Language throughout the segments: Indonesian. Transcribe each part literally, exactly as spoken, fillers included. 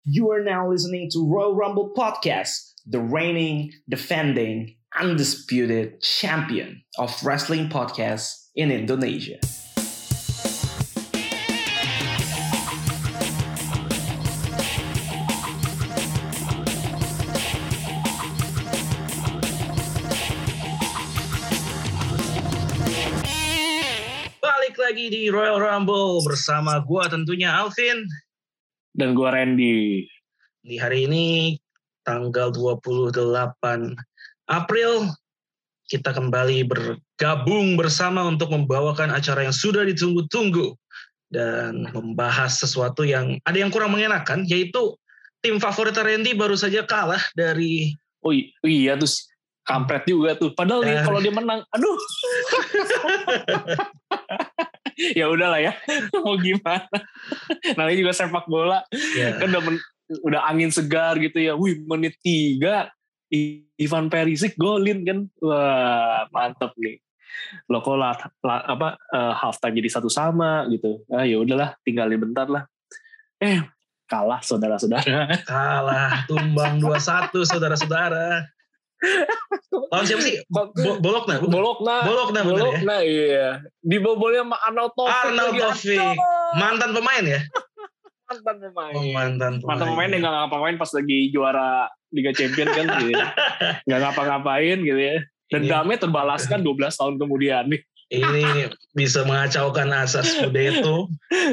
You are now listening to Royal Rumble Podcast, the reigning, defending, undisputed champion of wrestling podcasts in Indonesia. Balik lagi di Royal Rumble bersama gua tentunya Alvin dan gua Randy. Di hari ini tanggal dua puluh delapan April kita kembali bergabung bersama untuk membawakan acara yang sudah ditunggu-tunggu dan membahas sesuatu yang ada yang kurang mengenakan, yaitu tim favorit Randy baru saja kalah dari Oh iya tuh kampret juga tuh. Padahal nih kalau dia menang, aduh. Ya udahlah ya, mau gimana? Namanya juga sepak bola, yeah. Kan udah men- udah angin segar gitu ya. Wih, menit tiga Ivan Perisic golin kan, wah mantep nih. Lo kok lah, lah, apa uh, half time jadi satu sama gitu. Ah ya udahlah, tinggalin bentar lah. Eh kalah saudara-saudara. Kalah, tumbang dua satu saudara-saudara. Lawan siapa sih? Bo- Bologna. Bologna. Bologna. Bologna, ya? Iya. Dibobolnya sama Arnaud Taufik. Arnaud Taufik. Mantan pemain ya? Mantan pemain. Oh, mantan pemain. Mantan pemain yang gak ngapa-ngapain pas lagi juara Liga Champion kan gitu. Gak ngapa-ngapain gitu ya. Dendamnya terbalaskan dua belas tahun kemudian nih. Ini bisa mengacaukan asas Scudetto.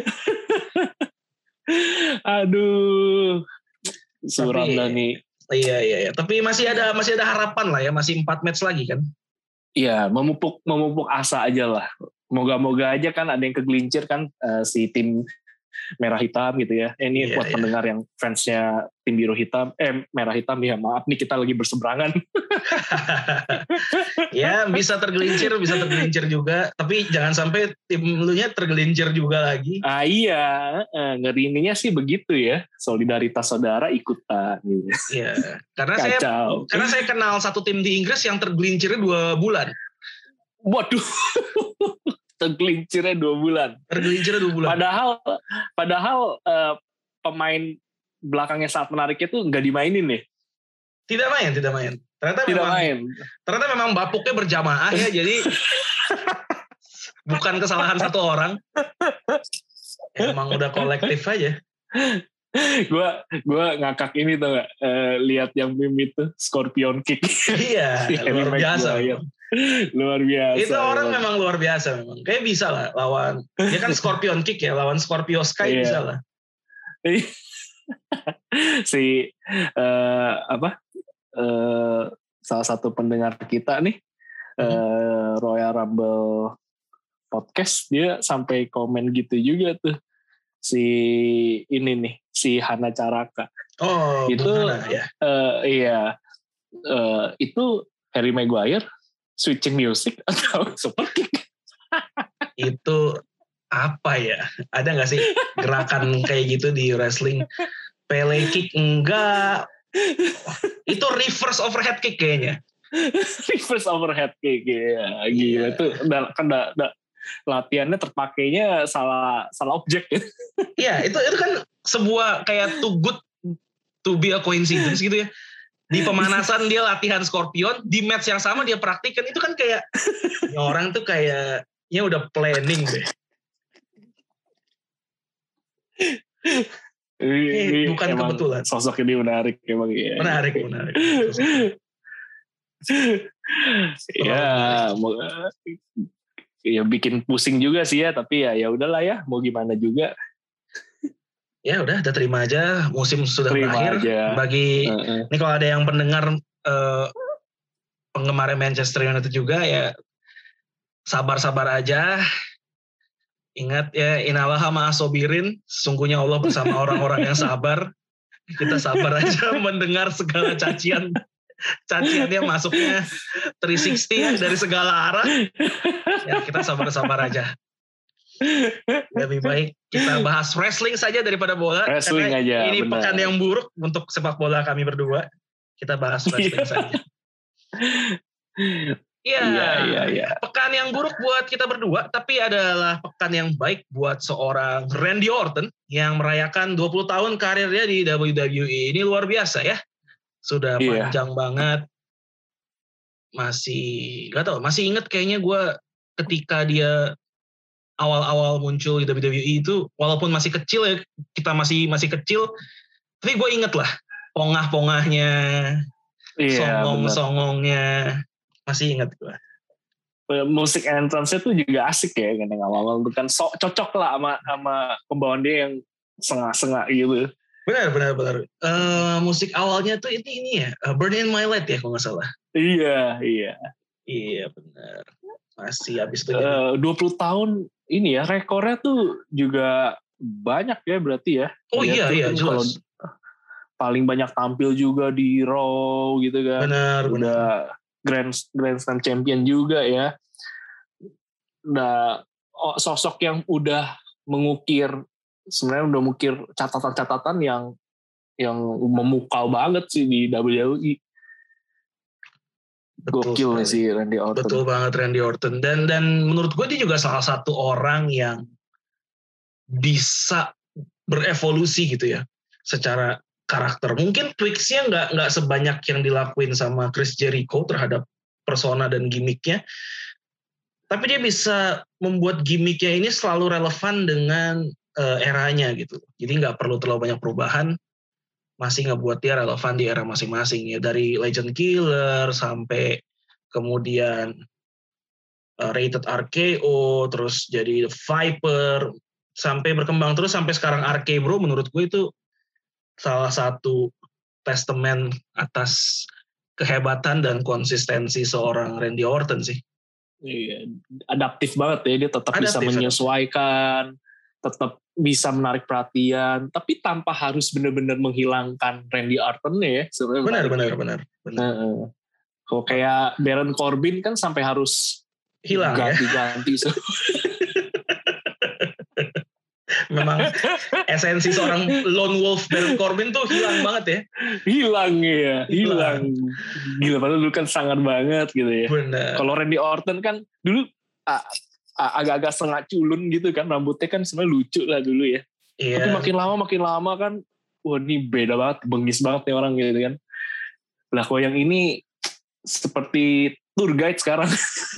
Aduh. Suram dah nih. Iya iya iya, tapi masih ada masih ada harapan lah ya, masih empat match lagi kan? Iya, memupuk memupuk asa aja lah. Moga-moga aja kan ada yang kegelincir kan uh, si tim merah hitam gitu ya. Eh, ini iya, buat iya. Pendengar yang fansnya tim biru hitam, eh merah hitam ya maaf nih kita lagi berseberangan. Ya bisa tergelincir, bisa tergelincir juga, tapi jangan sampai tim lu nya tergelincir juga lagi. Ah iya, eh, ngerinya sih begitu ya, solidaritas saudara ikutan gitu. Iya, karena Kacau. saya karena saya kenal satu tim di Inggris yang tergelincirnya dua bulan. Waduh. Tergelincirnya dua bulan. Tergelincirnya dua bulan. Padahal, padahal uh, pemain belakangnya saat menariknya tuh nggak dimainin nih. Tidak main, tidak main. Ternyata tidak memang, main. Ternyata memang bapuknya berjamaah ya, jadi bukan kesalahan satu orang. Emang udah kolektif aja. Gue gue ngakak ini tuh nggak uh, lihat yang meme itu Scorpion Kick. Iya, luar biasa. Luar biasa. Itu orang memang luar biasa memang. Kayak bisa lah lawan. Dia kan Scorpion Kick ya, lawan Scorpio Sky yeah. Bisa lah. Si uh, apa? Uh, salah satu pendengar kita nih hmm. uh, Royal Rumble Podcast dia sampai komen gitu juga tuh. Si ini nih, si Hana Caraka. Oh, itu Hana, ya. Uh, iya. Uh, itu Harry Maguire switching music atau super kick? Itu apa ya? Ada nggak sih gerakan kayak gitu di wrestling? Pele kick enggak? Itu reverse overhead kick kayaknya. Reverse overhead kick ya, gila itu udah kan udah, udah latihannya terpakainya salah salah objek ya. Iya itu itu kan sebuah kayak too good to be a coincidence gitu ya. Di pemanasan dia latihan Scorpion, di match yang sama dia praktikkan, itu kan kayak ya orang tuh kayaknya udah planning deh. Ini, eh, bukan kebetulan. Sosok ini menarik emang ya. Menarik, menarik. Ya, mau, ya bikin pusing juga sih ya, tapi ya ya udahlah ya, mau gimana juga. Ya udah, kita terima aja. Musim sudah terima berakhir. Aja. Bagi uh-uh. ini kalau ada yang pendengar uh, penggemar Manchester United juga ya sabar-sabar aja. Ingat ya, inallaha ma'asobirin. Sesungguhnya Allah bersama orang-orang yang sabar. Kita sabar aja mendengar segala cacian. Caciannya masuknya tiga enam puluh dari segala arah. Ya kita sabar-sabar aja. Lebih baik kita bahas wrestling saja daripada bola. Wrestling karena aja, ini benar. Pekan yang buruk untuk sepak bola kami berdua. Kita bahas wrestling saja. Iya, iya, iya, iya. Pekan yang buruk buat kita berdua, tapi adalah pekan yang baik buat seorang Randy Orton yang merayakan dua puluh tahun karirnya di W W E. Ini luar biasa ya. Sudah Iya. panjang banget. Masih, gak tau, masih inget kayaknya gue ketika dia awal-awal muncul di W W E itu, walaupun masih kecil ya, kita masih masih kecil, tapi gue inget lah pongah-pongahnya, Iya, songong-songongnya, masih inget gue. Musik entrance-nya tuh juga asik ya kan yang awal-awal itu kan so, cocok lah sama sama pembawaan dia yang sengah-sengah gitu. Benar benar benar. Uh, musik awalnya tuh ini ini ya, uh, Burn in My Light ya kalau nggak salah. Iya iya. Iya benar. Masih habis itu. Uh, dua puluh tahun ini ya rekornya tuh juga banyak ya berarti ya. Oh dia iya iya jelas. Kalau paling banyak tampil juga di Raw gitu kan. Benar udah benar. Grand Grand Slam champion juga ya. Nah, sosok yang udah mengukir sebenarnya udah mengukir catatan-catatan yang yang memukau banget sih di W W E. Betul Gokil sekali. sih Randy Orton. Betul banget Randy Orton. Dan dan menurut gue dia juga salah satu orang yang bisa berevolusi gitu ya secara karakter. Mungkin tweaks-nya nggak nggak sebanyak yang dilakuin sama Chris Jericho terhadap persona dan gimmicknya, tapi dia bisa membuat gimmicknya ini selalu relevan dengan uh, eranya gitu. Jadi nggak perlu terlalu banyak perubahan, masih ngebuat dia relevan di era masing-masing ya, dari Legend Killer sampai kemudian uh, Rated R K O, terus jadi The Viper, sampai berkembang terus sampai sekarang R K Bro. Menurut gue itu salah satu testament atas kehebatan dan konsistensi seorang Randy Orton sih. Iya, adaptif banget ya, dia tetap adaptif, bisa menyesuaikan, adaptif. Tetap bisa menarik perhatian, tapi tanpa harus benar-benar menghilangkan Randy Orton ya. Benar, benar, benar, benar. Uh, kalau kayak Baron Corbin kan sampai harus hilang ganti-ganti. Ya? Memang esensi seorang lone wolf Baron Corbin tuh hilang banget ya. Hilang ya, hilang. Gila, padahal dulu kan sangat banget gitu ya. Kalau Randy Orton kan dulu ah, ah, agak-agak setengah culun gitu kan, rambutnya kan sebenarnya lucu lah dulu ya. Yeah. Tapi makin lama makin lama kan, wah ini beda banget, bengis banget nih orang gitu kan. Lah kalau yang ini seperti tour guide sekarang.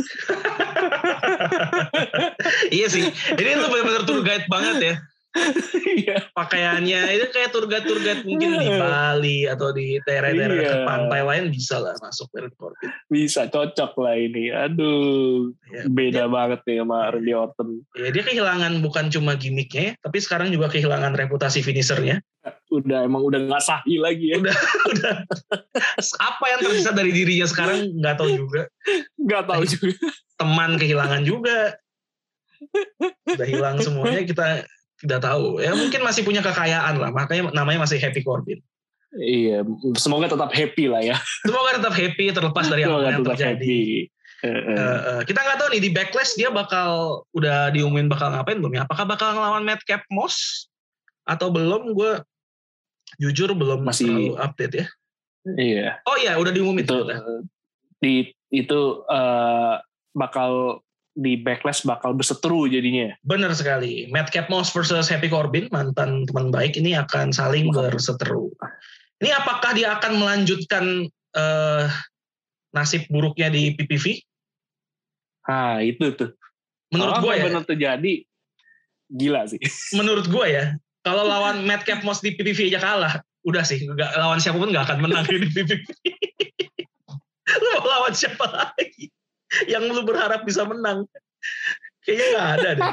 Iya sih, ini tuh benar-benar tour guide banget ya. Iya. Pakaiannya itu kayak tour guide tour guide mungkin di Bali atau di daerah-daerah iya. dekat pantai lain bisa lah masuk Baron Corbin. Bisa, cocok lah ini. Aduh, ya, beda dia, banget nih sama Randy Orton. Ya, dia kehilangan bukan cuma gimmicknya, tapi sekarang juga kehilangan reputasi finishernya. Udah emang udah nggak sahih lagi ya. Udah, udah. Apa yang tersisa dari dirinya sekarang nggak tahu juga. Nggak tahu juga. Teman kehilangan juga. Udah hilang semuanya, kita tidak tahu. Ya mungkin masih punya kekayaan lah, makanya namanya masih Happy Corbin. Iya, semoga tetap happy lah ya. Semoga tetap happy terlepas dari apa yang terjadi. Uh, uh, kita nggak tahu nih di Backlash dia bakal udah diumumin bakal ngapain belum ya? Apakah bakal ngelawan Madcap Moss atau belum? Gue jujur belum masih terlalu update ya. Iya. Oh iya, udah diumumin itu. Di itu uh, bakal di Backlash bakal berseteru jadinya. Benar sekali. Madcap Moss versus Happy Corbin, mantan teman baik ini akan saling berseteru. Ini apakah dia akan melanjutkan uh, nasib buruknya di P P V? Ah itu tuh. Menurut gue ya. Benar terjadi, gila sih. Menurut gue ya, kalau lawan Madcap Moss di P P V aja kalah, udah sih, gak, lawan siapapun gak akan menang di P P V. Lu mau lawan siapa lagi yang lu berharap bisa menang? Kayaknya gak ada deh.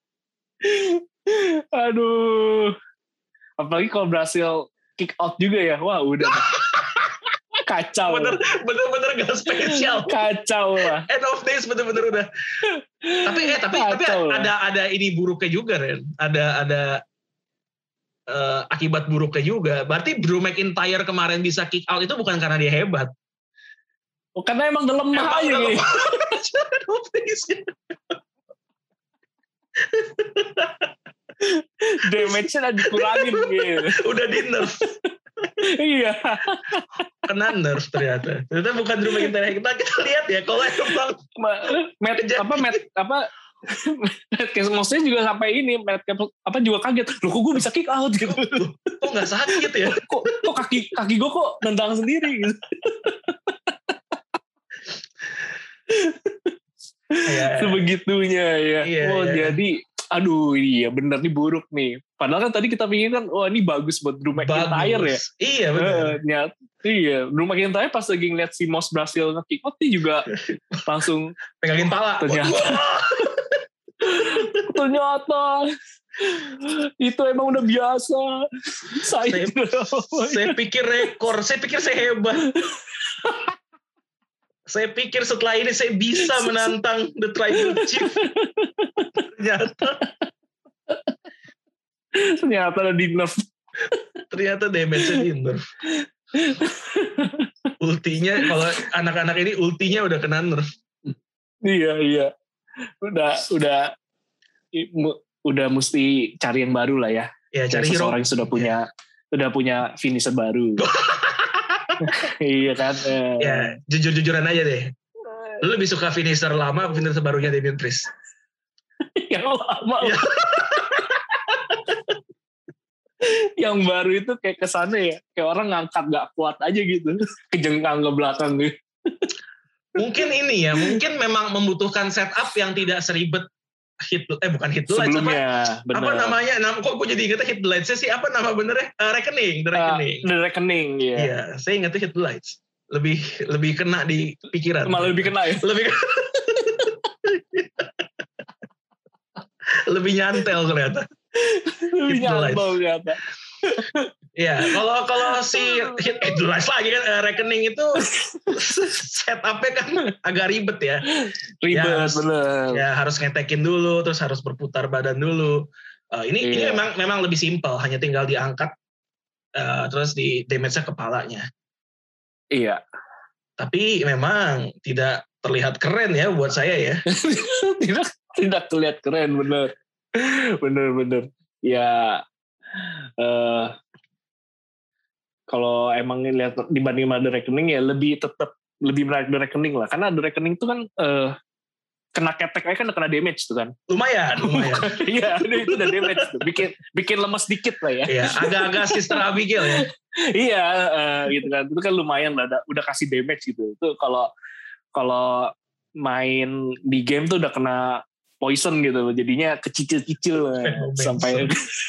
Aduh. Apalagi kalau berhasil kick out juga ya. Wah udah. Kacau. Bener, bener-bener gak spesial. Kacau lah. End of days bener-bener udah. Tapi eh tapi tapi ada ada ini buruknya juga Ren. Ada ada uh, akibat buruknya juga. Berarti Drew McIntyre kemarin bisa kick out itu bukan karena dia hebat. Oh, karena emang udah lemah aja gitu. Damage-nya udah dikurangin gitu. Udah di nerf. Iya. kena nerf ternyata. Ternyata bukan Drew McIntyre. Kita kita lihat ya kalau emang Matt apa Matt apa maksudnya juga sampai ini Matt apa juga kaget. Loh kok gue bisa kick out gitu. Kok nggak sakit ya? Kok kok kaki kaki gue kok nendang sendiri gitu. Ya, sebegitunya ya. Iya, oh iya. Jadi aduh iya bener nih buruk nih. Padahal kan tadi kita pikir kan wah ini bagus buat Drew McIntyre ya. Iya benar. Uh, iya Drew McIntyre pas lagi ngeliat si Moss berhasil nge-kick out dia juga langsung pegangin pala. Ternyata ternyata itu emang udah biasa. Saya, saya, saya pikir rekor, saya pikir saya hebat. Saya pikir setelah ini saya bisa menantang The Tribal Chief. Ternyata ternyata ada di nerf. Ternyata damage-nya di nerf. Ultinya kalau anak-anak ini ultinya udah kena nerf. Iya iya. Udah udah udah mesti cari yang baru lah ya. Ya cari hero. Seseorang yang sudah punya ya. Udah punya finisher baru. Iya kan. Ya jujur-jujuran aja deh. Lu lebih suka finisher lama atau finisher barunya Damian Priest? Yang lama. Ya. Yang baru itu kayak kesannya ya kayak orang ngangkat gak kuat aja gitu, kejengkang ke belakang gitu. Mungkin ini ya, mungkin memang membutuhkan setup yang tidak seribet hit eh bukan hit the lights sebelumnya. Apa, apa namanya? Nama kok gue jadi ingetnya hit the lights sih? Apa nama benernya? Uh, reckoning, the reckoning. Uh, the reckoning, iya. Yeah. Iya, saya ingetnya hit the lights. Lebih lebih kena di pikiran. Malah lebih kena ya. Lebih lebih nyantel ternyata. Lebih nyantel ternyata. Ya, kalau kalau si hit eh, jelas lagi kan uh, reckoning itu setupnya kan agak ribet ya. Ribet ya, bener. Ya harus ngetekin dulu, terus harus berputar badan dulu. Uh, ini iya. ini memang memang lebih simpel, hanya tinggal diangkat, uh, terus di damage-nya kepalanya. Iya. Tapi memang tidak terlihat keren ya buat saya ya. tidak tidak terlihat keren, bener, bener bener. Ya. Uh, kalau emang lihat dibanding sama The Reckoning ya lebih tetap lebih menarik The Reckoning lah, karena The Reckoning itu kan uh, kena ketek aja kan kena damage tuh kan, lumayan lumayan. Iya itu udah damage tuh, bikin bikin lemes dikit lah ya. Iya agak-agak Sister Abigail ya. Iya uh, gitu kan, itu kan lumayan lah, udah, udah kasih damage gitu. Itu kalau kalau main di game tuh udah kena poison gitu, jadinya kecil-kecil sampai.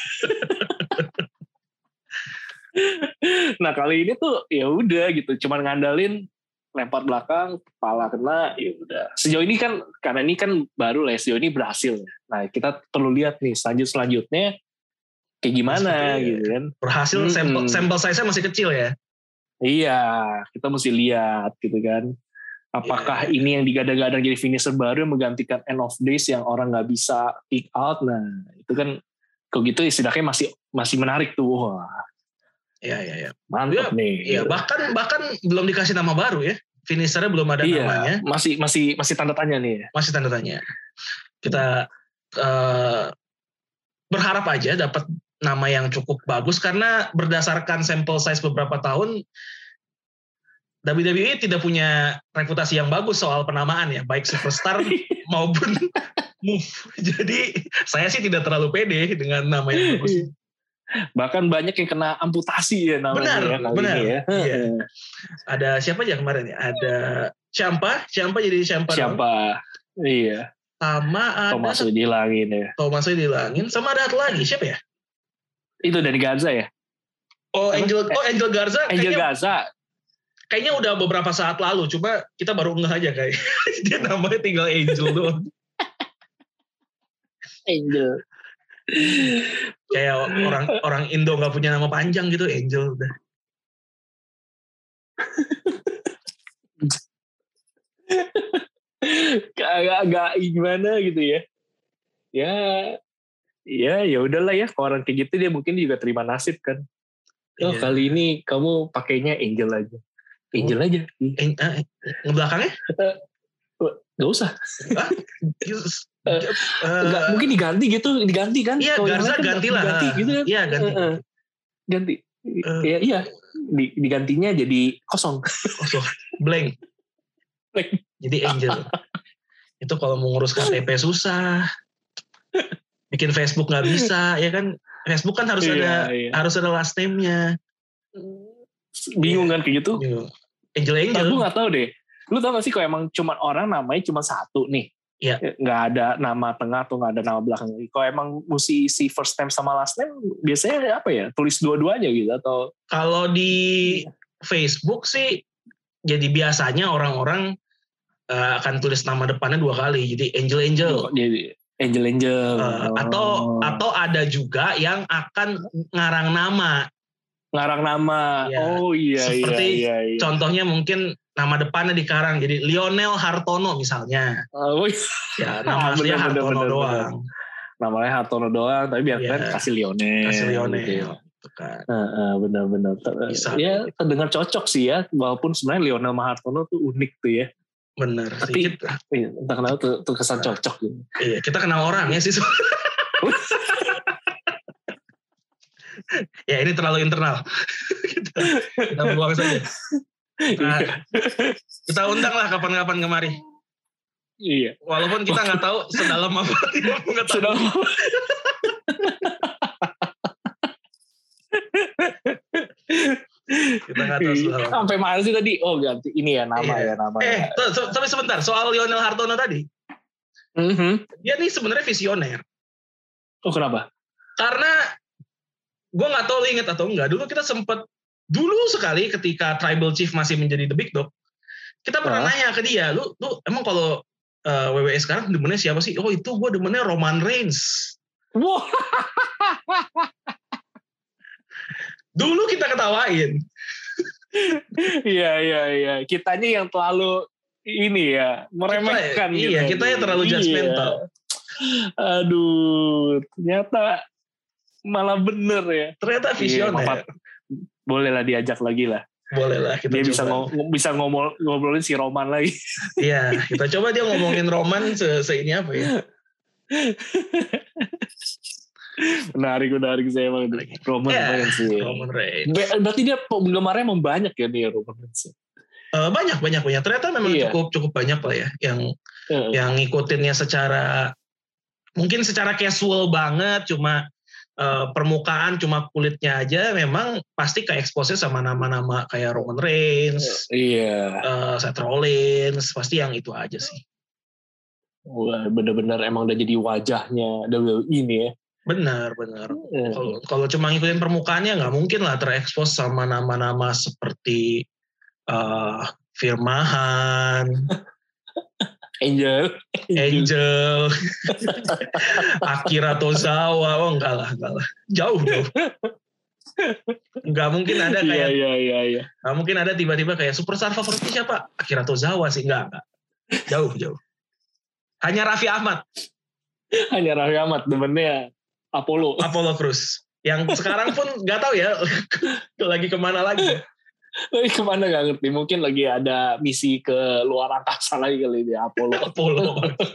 Nah kali ini tuh ya udah gitu, cuman ngandalin lempar belakang, kepala kena, ya udah. Sejauh ini kan karena ini kan baru lah, sejauh ini berhasil. Nah kita perlu lihat nih selanjut selanjutnya kayak gimana gitu kan. Berhasil hmm. sampel sampel size-nya masih kecil ya. Iya, kita mesti lihat gitu kan. Apakah yeah. ini yang digadang-gadang jadi finisher baru yang menggantikan End of Days yang orang nggak bisa kick out. Nah itu kan kalau gitu istilahnya masih masih menarik tuh. Wah. Ya ya ya. Mantap ya, nih. Iya, bahkan bahkan belum dikasih nama baru ya. Finishernya belum ada iya, namanya. Masih masih masih tanda tanya nih. Masih tanda tanya. Kita uh, berharap aja dapat nama yang cukup bagus, karena berdasarkan sampel size beberapa tahun W W E tidak punya reputasi yang bagus soal penamaan ya, baik superstar maupun move. Jadi saya sih tidak terlalu pede dengan nama yang bagus. Bahkan banyak yang kena amputasi ya namanya. Benar, ya, benar. Ya. Iya. Ada siapa aja kemarin ya? Ada Ciampa, Ciampa jadi Ciampa. Ciampa, iya. Sama ada Thomas dihilangin ya. Thomas dihilangin. Sama ada lagi siapa ya? Itu dari Garza ya? Oh Angel, oh Angel Garza. Angel kayaknya, Garza. Kayaknya udah beberapa saat lalu. Cuma kita baru ngeh aja kayak dia namanya tinggal Angel doang. Angel. Kayak orang orang Indo nggak punya nama panjang gitu, Angel udah. Agak-agak gimana gitu ya. Ya, ya, ya udahlah ya. Kalau orang kayak gitu dia mungkin juga terima nasib kan. Oh yeah. Kali ini kamu pakainya Angel aja. Angel oh. aja. Ang- uh, ngebelakangnya? Uh, gak usah. Ah, Uh, uh, mungkin diganti gitu, diganti kan? Iya, Garza kan ganti lah. Ganti gitu kan? Iya, ganti. Uh, uh, ganti. Uh, ya, iya, di, digantinya jadi kosong. Kosong. Blank. Blank. Jadi Angel. Itu kalau mau ngurus K T P susah. Bikin Facebook nggak bisa, ya kan? Facebook kan harus iya, ada iya. harus ada last name-nya. Bingung yeah. kan kayak gitu? Bingung. Angel Angel. Tapi gue nggak tahu deh. Lu tau gak sih kalau emang cuma orang namanya cuma satu nih? Iya. Nggak ada nama tengah atau nggak ada nama belakang. Kalau emang mesti isi first name sama last name, biasanya apa ya? Tulis dua-duanya gitu atau? Kalau di Facebook sih, jadi biasanya orang-orang uh, akan tulis nama depannya dua kali. Jadi Angel Angel. Jadi Angel Angel. Uh, oh. Atau atau ada juga yang akan ngarang nama. Ngarang nama. Ya. Oh iya. Seperti iya, iya, iya. contohnya mungkin nama depannya dikarang. Jadi Lionel Hartono misalnya. Oh iya. Ya nama aslinya Hartono bener, doang. Bener. Namanya Hartono doang. Tapi biar keren yeah. kasih Lionel. Kasih Lionel. Gitu. Kan. Uh, uh, benar-benar. Bisa. Ya terdengar cocok sih ya. Walaupun sebenarnya Lionel sama Hartono tuh unik tuh ya. Bener. Tapi kita, iya, entah kenapa tuh, tuh kesan nah, cocok gitu. Iya, kita kenal orang ya sih. Ya ini terlalu internal. kita, kita buang saja. Nah, kita undang lah kapan-kapan kemari. Iya. Walaupun kita nggak tahu sedalam apa dia mengetahui. Sedalam. Kita nggak tahu sedalam. Sampai mana sih tadi? Oh ganti ini ya nama iya. ya nama. Eh, ya. Tapi sebentar soal Lionel Hartono tadi. Mm-hmm. Dia nih sebenarnya visioner. Oh kenapa? Karena gue nggak tahu lo inget atau enggak. Dulu kita sempat dulu sekali ketika Tribal Chief masih menjadi The Big Dog, kita pernah uh. nanya ke dia, lu, lu emang kalau uh, W W E sekarang demennya siapa sih? Oh itu gue demennya Roman Reigns. Wow. Dulu kita ketawain. Iya iya iya. Kitanya yang terlalu ini ya meremehkan. Kita, iya kita yang terlalu judgmental. Iya. Aduh, ternyata malah bener ya. Ternyata visioner. Iya, boleh lah diajak lagi lah. Boleh lah kita dia coba. bisa ngom, bisa ngomol, ngobrolin si Roman lagi. Iya, kita coba dia ngomongin Roman se, se ini apa ya? menarik menarik saya emang Roman yeah, Reigns sih. Roman Reigns. Berarti dia penggemarnya memang banyak ya nih Roman Reigns. Uh, banyak banyak banyak. Ternyata memang iya. cukup cukup banyak lah ya yang uh. yang ngikutinnya secara mungkin secara casual banget, cuma uh, permukaan, cuma kulitnya aja. Memang pasti ke expose sama nama-nama kayak Roman Reigns, uh, iya, uh, Seth Rollins, pasti yang itu aja sih. Wah, bener-bener emang udah jadi wajahnya W W E ini ya. Benar, benar. Kalau hmm. kalau cuma ngikutin permukaannya nggak mungkin lah terekspos sama nama-nama seperti uh, Firmahan, Angel, Angel, Akira Tozawa, oh enggak lah, enggak lah, jauh jauh. Nggak mungkin ada kayak, iya, iya, iya. nggak mungkin ada tiba-tiba kayak superstar favoritnya siapa? Akira Tozawa sih, enggak, enggak. Jauh jauh. Hanya Raffi Ahmad. Hanya Raffi Ahmad, temennya Apollo. Apollo Crews. Yang sekarang pun nggak tahu ya lagi kemana lagi. Lagi kemana nggak ngerti. Mungkin lagi ada misi ke luar angkasa lagi kali dia Apollo. Apollo.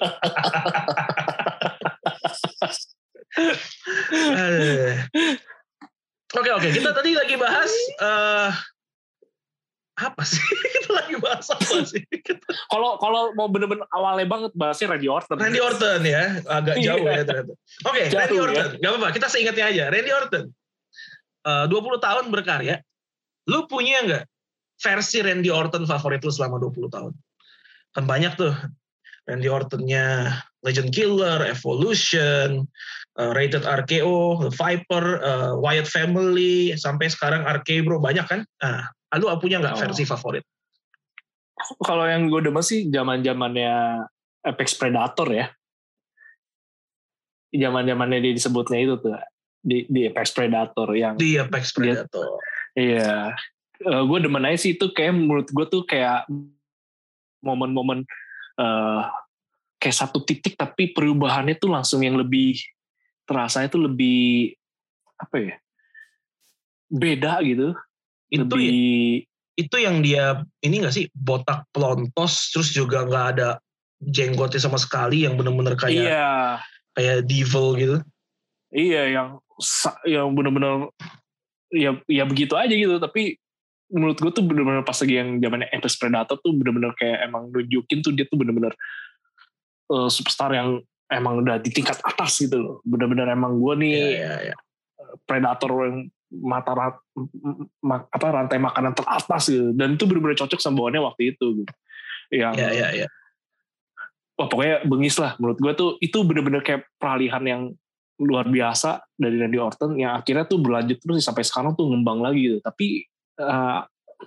Oke oke kita tadi lagi bahas uh, apa sih? Kita lagi bahas apa sih? Kalau kalau mau bener-bener awalnya banget bahasnya Randy Orton. Randy Orton ya, agak jauh ya ternyata. Oke, okay, Randy Orton. Ya. Gak apa-apa, kita seingatnya aja. Randy Orton. Uh, dua puluh tahun berkarya. Lu punya nggak versi Randy Orton favorit lu selama dua puluh tahun? Kan banyak tuh. Randy Ortonnya Legend Killer, Evolution, uh, Rated R K O, The Viper, uh, Wyatt Family, sampai sekarang R K Bro, banyak kan? Nah, lu punya nggak oh. versi favorit? Kalau yang gue demen sih zaman-zamannya Apex Predator ya. Zaman-zamannya dia disebutnya itu tuh di, di Apex Predator yang di Apex Predator. Dia, iya. Uh, gue demen aja sih itu kayak menurut gue tuh kayak momen-momen uh, kayak satu titik tapi perubahannya tuh langsung yang lebih terasanya tuh lebih apa ya? Beda gitu. Itu lebih ya, itu yang dia ini nggak sih botak pelontos terus juga nggak ada jenggotnya sama sekali yang benar-benar kayak iya. kayak devil gitu. Iya yang yang benar-benar ya ya begitu aja gitu tapi menurut gue tuh bener-bener pas lagi yang zamannya Apex Predator tuh bener-bener kayak emang nunjukin tuh dia tuh bener-bener uh, superstar yang emang udah di tingkat atas gitu loh. Bener-bener emang gue nih yeah, yeah, yeah. predator yang mata rat, ma, apa rantai makanan teratas gitu. Dan itu bener-bener cocok sama bawaannya waktu itu gitu. Yang yeah, yeah, yeah. Wah pokoknya bengis lah menurut gue tuh itu bener-bener kayak peralihan yang luar biasa dari Randy Orton yang akhirnya tuh berlanjut terus sampai sekarang tuh ngembang lagi gitu. Tapi uh,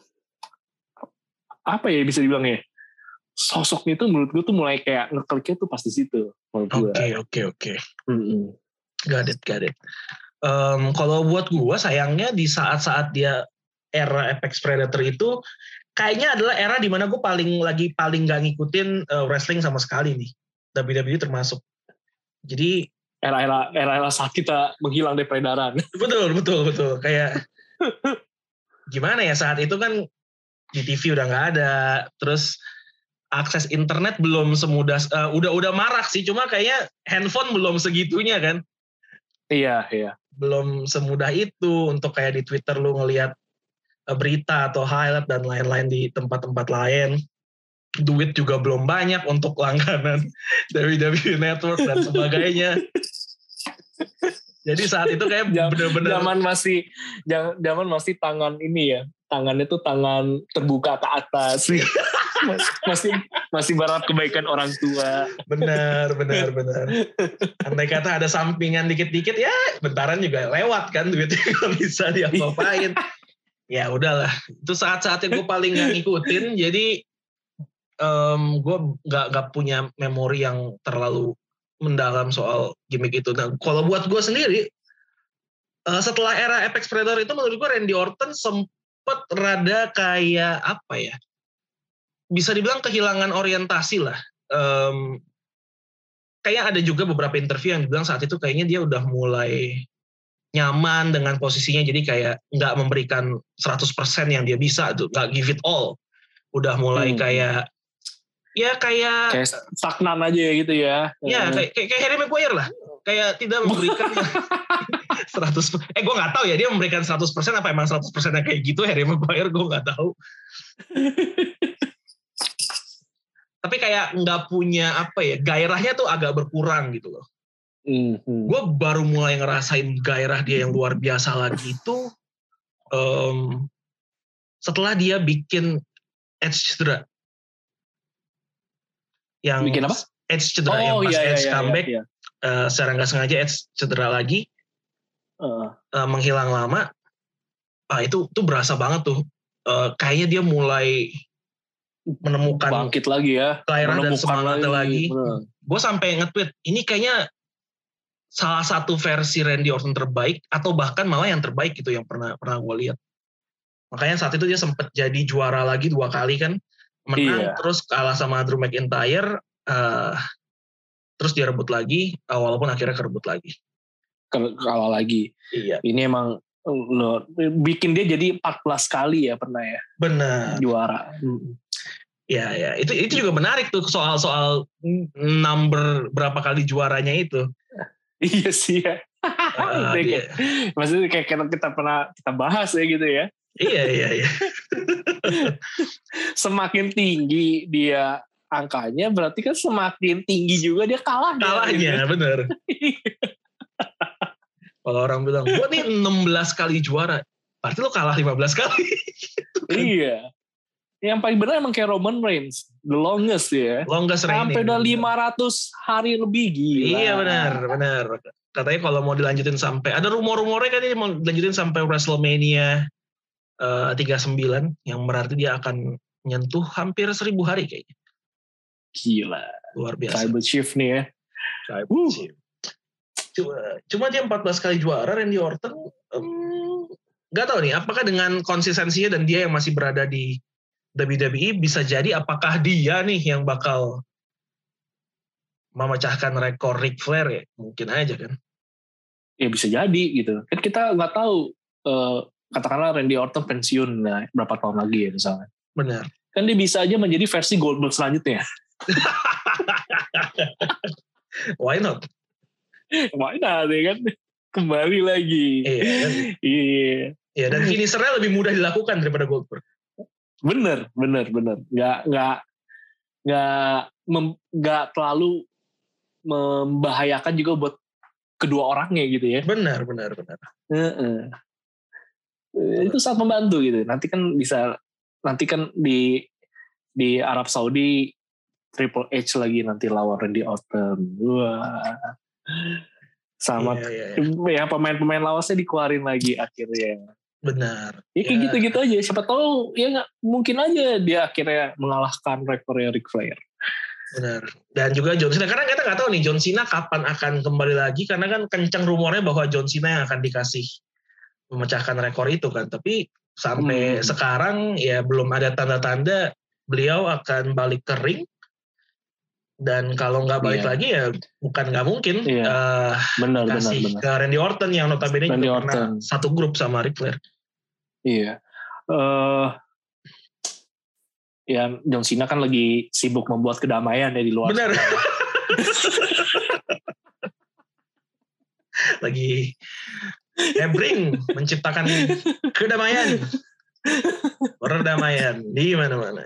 apa ya bisa dibilang ya, sosoknya tuh menurut gue tuh mulai kayak ngekliknya tuh pas di situ. Oke oke oke. Got it got it. Um, kalau buat gue sayangnya di saat-saat dia era Apex Predator itu kayaknya adalah era dimana gue paling lagi paling gak ngikutin uh, wrestling sama sekali nih. W W E termasuk. Jadi era-era era-era saat kita menghilang dari peredaran. Betul, betul, betul. Kayak gimana ya saat itu kan di T V udah nggak ada, terus akses internet belum semudah, uh, udah udah marak sih, cuma kayaknya handphone belum segitunya kan. Iya, iya. Belum semudah itu untuk kayak di Twitter lu ngelihat uh, berita atau highlight dan lain-lain di tempat-tempat lain. Duit juga belum banyak untuk langganan W W E Network dan sebagainya. Jadi saat itu kayak benar-benar zaman masih zaman masih tangan ini ya, tangannya tuh tangan terbuka ke atas. masih masih berharap kebaikan orang tua. Benar, benar, benar. Andai kata ada sampingan dikit-dikit ya, bentaran juga lewat kan duitnya nggak bisa diapa-apain. Ya udahlah, itu saat-saatnya gue paling nggak ngikutin, jadi Um, gue gak, gak punya memori yang terlalu mendalam soal gimmick itu. Nah, kalau buat gue sendiri, uh, setelah era Apex Predator itu menurut gue Randy Orton sempet rada kayak apa ya? Bisa dibilang kehilangan orientasi lah. Um, kayak ada juga beberapa interview yang dibilang saat itu kayaknya dia udah mulai nyaman dengan posisinya, jadi kayak gak memberikan seratus persen yang dia bisa, tuh, gak give it all. Udah mulai hmm. kayak ya kayak kayak stagnan aja ya gitu ya. Ya kayak kayak, kayak Harry Maguire lah. Kayak tidak memberikan seratus persen. Eh gue nggak tahu ya dia memberikan seratus persen apa emang seratus persen kayak gitu Harry Maguire, gue nggak tahu. Tapi kayak nggak punya apa ya, gairahnya tuh agak berkurang gitu loh. Mm-hmm. Gue baru mulai ngerasain gairah dia yang luar biasa lagi itu um, setelah dia bikin Edge cedera. Yang bikin apa? Edge cedera, oh, yang pas iya, Edge iya, comeback iya, iya. Uh, secara nggak sengaja Edge cedera lagi, uh. Uh, menghilang lama. Ah itu tuh berasa banget tuh. Uh, kayaknya dia mulai menemukan bangkit lagi ya, gairah dan semangatnya lagi. lagi. Gue sampai nge-tweet, ini kayaknya salah satu versi Randy Orton terbaik atau bahkan malah yang terbaik gitu yang pernah pernah gue lihat. Makanya saat itu dia sempat jadi juara lagi dua kali kan. Menang iya. Terus kalah sama Drew McIntyre, uh, terus dia rebut lagi, uh, walaupun akhirnya kerebut lagi. Kalah lagi. Iya. Ini emang lo bikin dia jadi empat belas kali ya pernah ya. Benar. Juara. Hmm. Ya ya, itu itu juga menarik tuh soal-soal number berapa kali juaranya itu. Iya sih ya. Uh, kayak, maksudnya kayak kita, kita pernah kita bahas ya gitu ya. Iya iya iya. Semakin tinggi dia angkanya berarti kan semakin tinggi juga dia kalah. Kalahnya gitu. Bener. Kalau orang bilang gue nih enam belas kali juara, berarti lo kalah lima belas kali. Iya. Yang paling benar emang kayak Roman Reigns, the longest ya. Longest reigning. Sampai udah lima ratus hari lebih, gila. Iya benar, benar. Katanya kalau mau dilanjutin sampai, ada rumor-rumornya kan dia mau dilanjutin sampai WrestleMania Uh, tiga puluh sembilan yang berarti dia akan menyentuh hampir seribu hari kayaknya. Gila. Luar biasa. Tribal Chief nih ya. Tribal uh. Chief. Cuma, cuma dia empat belas kali juara Randy Orton. Um, gak tahu nih apakah dengan konsistensinya dan dia yang masih berada di W W E bisa jadi apakah dia nih yang bakal memecahkan rekor Ric Flair ya? Mungkin aja kan. Ya bisa jadi gitu. Kan kita gak tahu uh, katakanlah Randy Orton pensiun nah, berapa tahun lagi ya misalnya. Benar. Kan dia bisa aja menjadi versi Goldberg selanjutnya. Why not? Why not ya kan? Kembali lagi. Iya. Kan? Iya. Ya, dan finishernya lebih mudah dilakukan daripada Goldberg. Bener, bener, bener. Nggak, nggak, nggak, mem, nggak terlalu membahayakan juga buat kedua orangnya gitu ya. Benar, benar, benar. Uh-uh. Itu sangat membantu gitu. Nanti kan bisa, nanti kan di di Arab Saudi Triple H lagi nanti lawan Randy Orton. Wah. Sama yeah, yeah, yeah. ya pemain-pemain lawasnya dikeluarin lagi akhirnya. Benar. Ya kayak ya. gitu-gitu aja. Siapa tahu ya nggak mungkin aja dia akhirnya mengalahkan rekornya Ric Flair. Benar. Dan juga John Cena, karena kita nggak tahu nih John Cena kapan akan kembali lagi, karena kan kencang rumornya bahwa John Cena yang akan dikasih memecahkan rekor itu kan. Tapi sampai hmm. sekarang ya belum ada tanda-tanda beliau akan balik ke ring. Dan kalau nggak balik yeah. lagi ya bukan nggak mungkin yeah. uh, benar, kasih benar, benar. ke Randy Orton yang notabene Randy juga Orton. pernah satu grup sama Ric Flair. Iya. Uh, ya John Cena kan lagi sibuk membuat kedamaian ya di luar. Benar. lagi Hebring menciptakan kedamaian, perdamaian di mana-mana.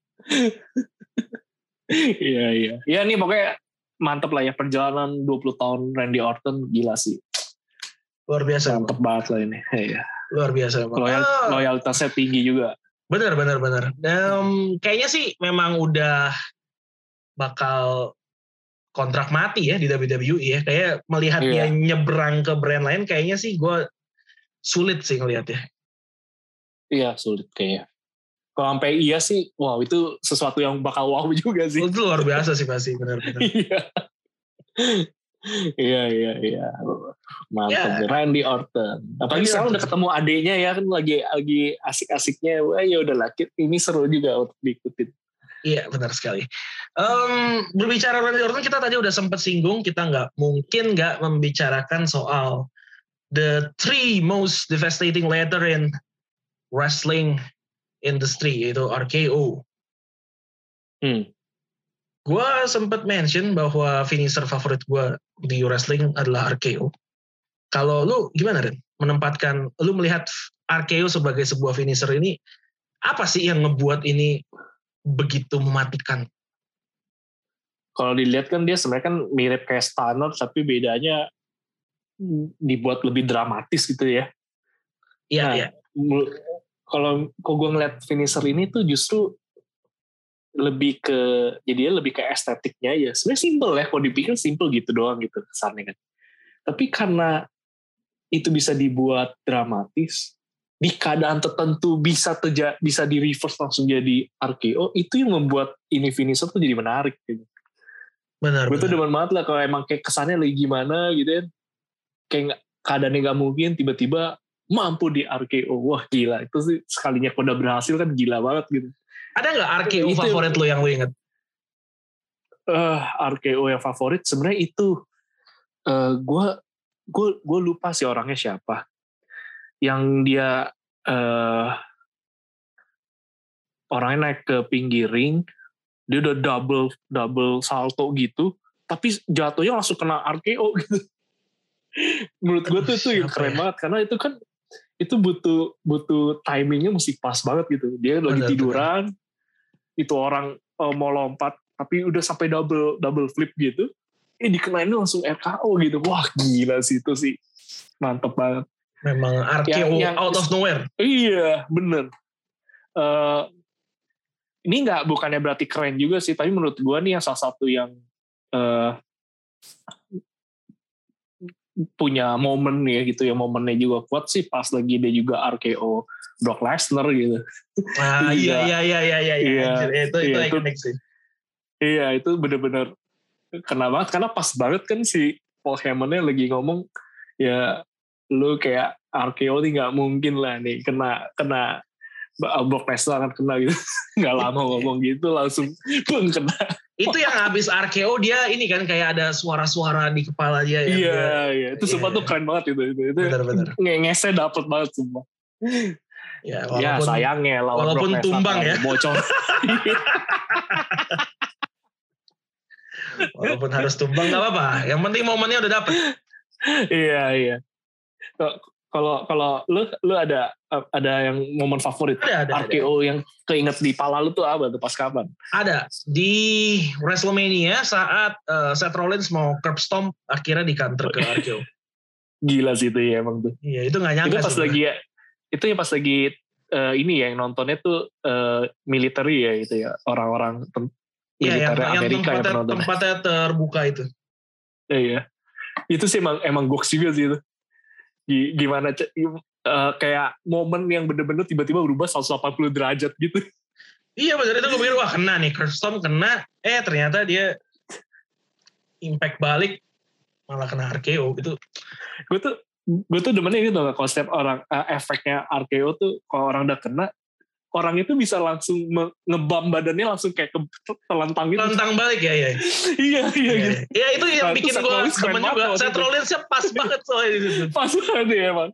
Iya iya. Ya nih pokoknya mantep lah ya perjalanan dua puluh tahun Randy Orton, gila sih. Luar biasa. Mantep emang. banget lah ini. Iya. Luar biasa. Loyal, oh. Loyalitasnya tinggi juga. Benar benar benar. Um, kayaknya sih memang udah bakal kontrak mati ya di W W E ya. Kayak melihat iya. dia nyebrang ke brand lain kayaknya sih gue sulit sih ngelihatnya. Iya sulit kayaknya. Kalau sampai iya sih, wow itu sesuatu yang bakal wow juga sih. Itu luar biasa sih pasti, benar-benar. Iya, iya, iya, iya. Mantap, yeah. Randy Orton. Apalagi sekarang udah ketemu adeknya ya kan lagi lagi asik-asiknya. Wah ya udahlah, ini seru juga untuk diikutin. Iya benar sekali. Um, berbicara Randy Orton kita tadi udah sempat singgung, kita nggak mungkin nggak membicarakan soal the three most devastating letter in wrestling industry, yaitu R K O. Hmm. Gue sempat mention bahwa finisher favorit gue di wrestling adalah R K O. Kalau lu gimana Ren? Menempatkan, lu melihat R K O sebagai sebuah finisher ini, apa sih yang ngebuat ini begitu mematikan? Kalau dilihat kan dia sebenarnya kan mirip kayak Stunner, tapi bedanya dibuat lebih dramatis gitu ya. Iya, nah, iya. Kalau kok gue ngeliat finisher ini tuh justru lebih ke jadinya lebih ke estetiknya ya. Sebenarnya simple ya, kalau dipikir simple gitu doang gitu kesannya kan. Tapi karena itu bisa dibuat dramatis, di keadaan tertentu bisa terja, bisa di reverse langsung jadi R K O, itu yang membuat ini finisher tuh jadi menarik gitu. Benar. Gue tuh demen banget lah kalau emang kayak kesannya lagi gimana gitu ya. Kayak keadaannya gak mungkin tiba-tiba mampu di R K O. Wah gila, itu sih sekalinya kalau udah berhasil kan gila banget gitu. Ada gak R K O itu favorit lo yang lo inget? Uh, R K O yang favorit sebenarnya itu gue uh, gue gue lupa sih orangnya siapa. Yang dia uh, orangnya naik ke pinggir ring, dia udah double double salto gitu, tapi jatuhnya langsung kena R K O gitu. Menurut gue tuh itu yang keren ya? banget karena itu kan itu butuh butuh timingnya mesti pas banget gitu. Dia lagi benar, tiduran, benar. Itu orang uh, mau lompat tapi udah sampai double double flip gitu, eh dikenain langsung R K O gitu. Wah gila sih itu sih, mantep banget. Memang R K O yang, yang, out of nowhere. Iya bener. Uh, ini nggak bukannya berarti keren juga sih, tapi menurut gue nih yang salah satu yang uh, punya momen ya gitu ya, momennya juga kuat sih pas lagi dia juga R K O Brock Lesnar gitu. Ah iya iya iya iya iya iya itu itu iya, ikonik sih. Iya itu benar-benar kena banget karena pas banget kan si Paul Heyman-nya lagi ngomong ya lu kayak R K O nih nggak mungkin lah nih kena kena Brock Lesnar akan kena gitu. Nggak lama ngomong gitu langsung pun kena. Itu yang habis R K O dia ini kan kayak ada suara-suara di kepala dia. Iya, dia, iya. Itu iya, sumpah iya. tuh keren banget itu. itu, itu Benar-benar. Ngesnya dapet banget sumpah. Ya, walaupun, ya sayangnya lawan walaupun Brock tumbang ya. Bocor. Walaupun harus tumbang gak apa-apa. Yang penting momennya udah dapet. Iya, iya. Kalau kalau lu lu ada ada yang momen favorit ada, ada, R K O ada. Yang keinget di pala lu tuh apa tuh pas kapan? Ada di WrestleMania saat uh, Seth Rollins mau curb stomp akhirnya di counter ke R K O. Gila sih itu ya emang tuh. Iya itu nggak nyangka. Itu pas lagi ya, itu ya pas lagi uh, ini ya yang nontonnya tuh uh, military ya itu ya orang-orang tem- iya, militer yang, Amerika yang tempatnya, yang tempatnya terbuka itu. Iya, itu sih emang emang goks juga sih itu. Gimana uh, kayak momen yang bener-bener tiba-tiba berubah seratus delapan puluh derajat gitu. Iya bener itu gue pikir wah kena nih curb stomp kena, eh ternyata dia impact balik malah kena R K O gitu. Gue tuh gue tuh demennya gitu kalau setiap orang uh, efeknya R K O tuh kalau orang udah kena orang itu bisa langsung ngebam badannya langsung kayak ke telentang gitu. Telentang balik ya ya. iya iya gitu. Ya itu yang nah, bikin gue temen juga. Seth Rollinsnya pas banget soalnya itu. Pas banget ya emang.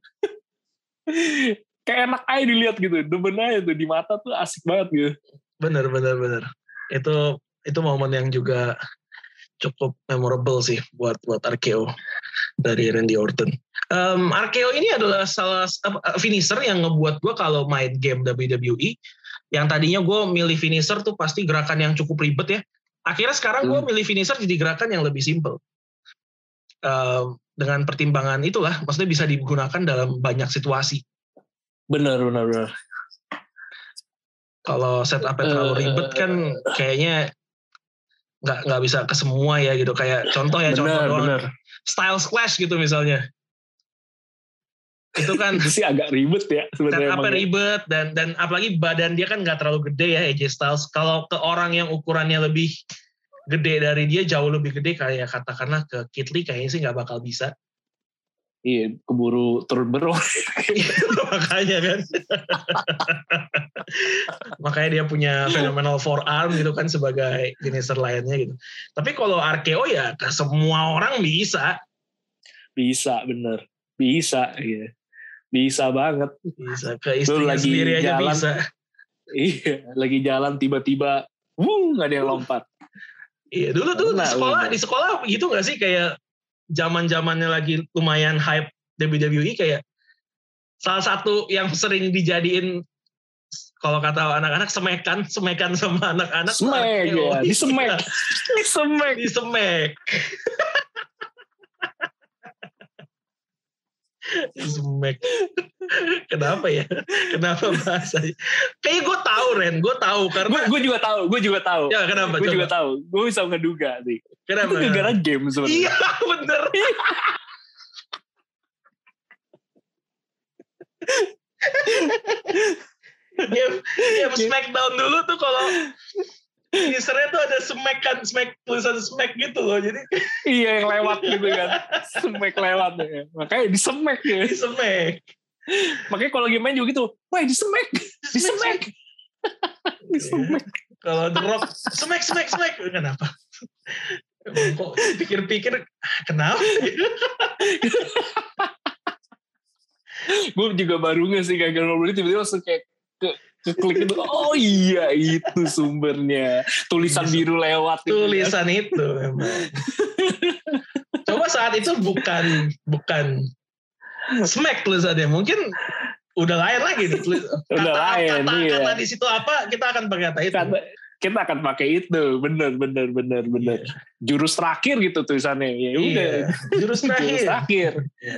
Kayak enak aja dilihat gitu. Demen aja tuh di mata tuh asik banget gitu. Bener bener bener. Itu itu momen yang juga cukup memorable sih buat buat R K O dari Randy Orton. Um, R K O ini adalah salah uh, finisher yang ngebuat gue kalau main game W W E yang tadinya gue milih finisher tuh pasti gerakan yang cukup ribet ya. Akhirnya sekarang gue milih finisher jadi gerakan yang lebih simple. Uh, dengan pertimbangan itulah, maksudnya bisa digunakan dalam banyak situasi. Benar benar benar. Kalau setupnya terlalu ribet kan kayaknya nggak nggak bisa ke semua ya gitu. Kayak contoh ya bener, contoh doang. Bener. Styles Clash gitu misalnya. Itu kan itu sih agak ribet ya sebenarnya. Apa ribet dan dan apalagi badan dia kan nggak terlalu gede ya A J Styles. Kalau ke orang yang ukurannya lebih gede dari dia jauh lebih gede kayak katakanlah ke Keith Lee kayaknya sih nggak bakal bisa. Iya, keburu turun beror. Makanya kan. Makanya dia punya phenomenal forearm gitu kan sebagai finisher lainnya gitu. Tapi kalau R K O ya ke semua orang bisa. Bisa, bener. Bisa, iya. Bisa banget. Bisa, ke istrinya sendiri aja jalan, bisa. Iya, lagi jalan tiba-tiba, wuh, gak ada yang lompat. Iya, dulu tuh di sekolah, di sekolah gitu gak sih kayak zaman-zamannya lagi lumayan hype W W E kayak salah satu yang sering dijadiin kalau kata anak-anak semekan, semekan sama anak-anak. Semek ya, disemek. Disemek. Disemek. Disemek. Kenapa ya? Kenapa bahasanya? Kayaknya gue tahu Ren, gue tahu karena gue juga tahu, gue juga tahu. Ya kenapa? Gue juga tahu, gue bisa ngeduga sih. Kenapa? Itu gara-gara game sebenarnya. Iya bener. game game Smackdown dulu tuh kalau finishernya tuh ada smack kan, smack tulisan smack gitu loh, jadi iya yang lewat gitu kan, smack lewat ya, makanya disemek ya, disemek. Makanya kalau lagi main juga gitu, wah disemek, disemek, disemek. Kalau The Rock, smack smack smack, kenapa? Kok pikir-pikir kenapa? Gue juga baru nggak sih kayak ngobrol tiba-tiba langsung kayak ke, ke klik itu, oh iya itu sumbernya, tulisan biru lewat tulisan itu, kan? Itu memang. Coba saat itu bukan bukan smack tulisannya, mungkin udah lain lagi nih tulis, udah kata, lain kata, iya. Kata di situ apa kita akan pakai kata itu. Kata, kita akan pakai itu, bener bener bener bener. Yeah. Jurus terakhir gitu tulisannya, ya udah. Yeah. Jurus terakhir. Jurus terakhir.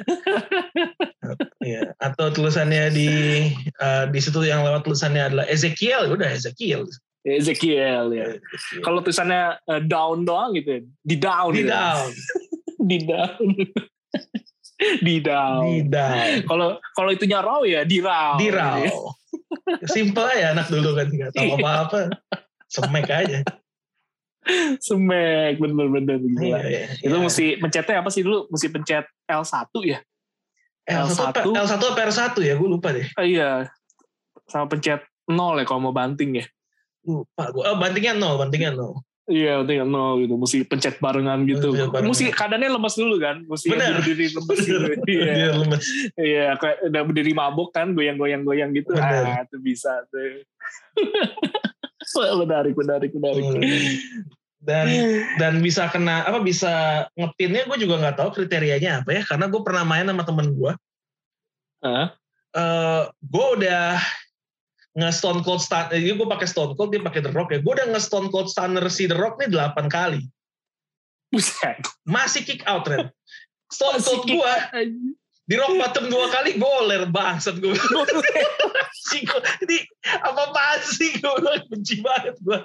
Ya, atau tulisannya di uh, di situ yang lewat tulisannya adalah Ezekiel, udah Ezekiel. Ezekiel ya. Kalau tulisannya uh, down doang gitu, di down. Di gitu. down. Di down. Di down. Di down. Kalau kalau itunya raw ya di raw. Di raw. Simple aja anak dulu kan nggak tahu apa-apa. Semek aja. Semek, bener-bener gila. Iya, iya, itu iya. mesti pencetnya apa sih dulu? Mesti pencet L satu ya? L satu, L satu apa R satu ya? Gue lupa deh. Oh, iya. Sama pencet nol ya kalau mau banting ya? Lupa gue. Oh, bantingnya nol, bantingnya nol. Iya, bantingnya nol gitu. Mesti pencet barengan gitu. Barengan. Mesti keadaannya lemas dulu kan? Mesti berdiri lemas gitu. Iya, lemas. Iya, kayak udah berdiri mabuk kan, goyang-goyang-goyang gitu. Bener. Ah, itu bisa tuh. menarik menarik menarik dan dan bisa kena apa bisa ngepinnya gue juga nggak tahu kriterianya apa ya karena gue pernah main sama temen gue Uh. Uh, gue udah nge-Stone Cold Stunner, jadi gue pakai Stone Cold, dia pakai The Rock ya. Gue udah nge-Stone Cold Stunner si The Rock nih delapan kali. Buset. Masih kick out, Ren. Stone Cold gue di rock bottom dua kali goler, bangsat gue. Jadi apa-apaan sih gue, benci banget gue.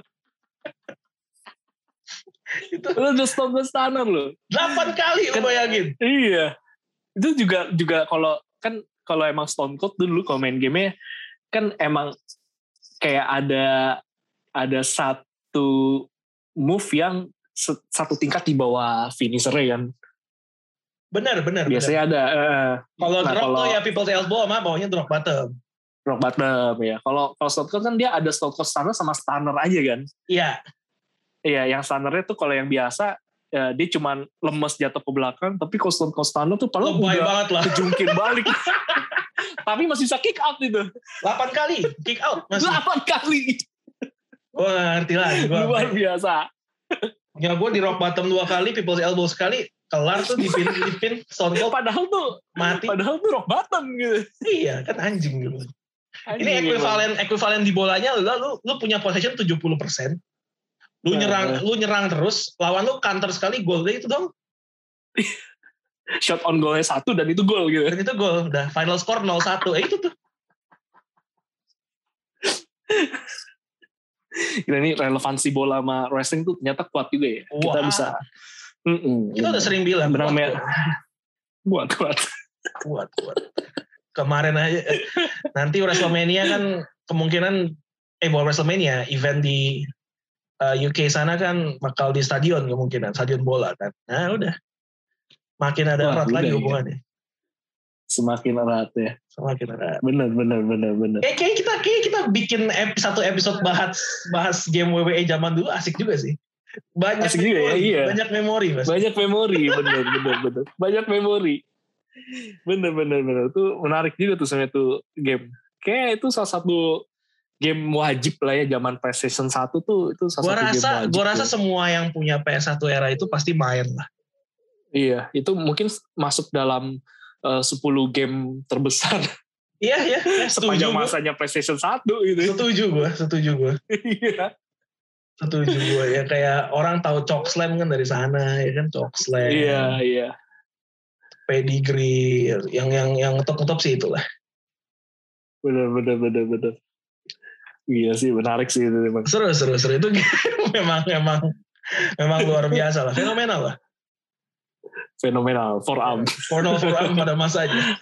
Itu lu udah Stone Cold Stunner lu delapan kali kan, lu bayangin. Iya, itu juga juga kalau kan kalau emang Stone Cold dulu kalau main game-nya kan emang kayak ada ada satu move yang satu tingkat di bawah finisher-nya kan. Benar, benar. Biasanya benar. ada. Uh, kalau nah, drop tuh ya People's Elbow sama bawahnya drop bottom. Drop bottom ya. Kalau kalau Stone Cold kan dia ada Stone Cold Stunner sama Stunner aja kan. Iya. Iya, yang Stunner-nya tuh kalau yang biasa ya, dia cuman lemes jatuh ke belakang, tapi kalau Stone Cold Stunner tuh paling udah banget lah. Kejungkir balik. Tapi masih bisa kick out itu. delapan kali kick out masih. delapan kali. Wah, ngerti lah. Luar biasa. Ya gue di rock bottom dua kali, People's Elbow sekali, kelar tuh di pin, di pin Stone Cold. Padahal tuh mati. Padahal tuh rock bottom gitu. Iya, kan anjing gitu. Anjing Ini ekuivalen gitu. ekuivalen di bolanya, lu, lu lu punya possession tujuh puluh persen. Lu nyerang, uh, lu nyerang terus, lawan lu counter sekali, golnya itu dong. Shot on goalnya satu dan itu gol gitu. Dan itu gol, udah final score nol satu. Eh itu tuh. Gila nih relevansi bola sama wrestling tuh ternyata kuat juga ya. Wah. Kita bisa. Mm-mm. Kita udah sering bilang. Benang merah. Buat kuat. Kuat kuat. Kemarin aja. Nanti WrestleMania kan kemungkinan eh buat WrestleMania event di uh, U K sana kan bakal di stadion kemungkinan stadion bola kan. Nah udah. Makin ada erat lagi hubungannya. Ya. Semakin erat ya. Semakin erat. Bener, bener, bener, bener. Kayak, kayak kita, kayak kita bikin ep, satu episode bahas bahas game W W E zaman dulu asik juga sih. Banyak asik memori, juga ya, iya. Banyak memori, Mas. Banyak memori, bener, bener, bener. Banyak memori. Bener, bener, bener. Itu menarik juga tuh sebenarnya tuh game. Kayak itu salah satu game wajib lah ya zaman PlayStation satu tuh itu salah gua satu rasa, game wajib. Gue rasa semua yang punya P S satu era itu pasti main lah. Iya, itu mungkin masuk dalam uh, sepuluh game terbesar. Iya, iya. Ya, sepanjang masanya PlayStation satu gitu. Setuju gue, setuju gue. Iya. Setuju gue ya, kayak orang tahu Chokeslam kan dari sana ya kan, Chokeslam. Iya, iya. Pedigree, yang yang yang top-top sih itulah. Bener, bener, bener, bener. Iya sih, menarik sih itu memang. Seru, seru, seru. Itu memang, memang, memang luar biasa lah. Fenomenal lah. Fenomenal, forearm. Forearm, forearm pada masanya.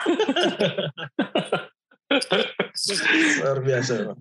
Luar biasa.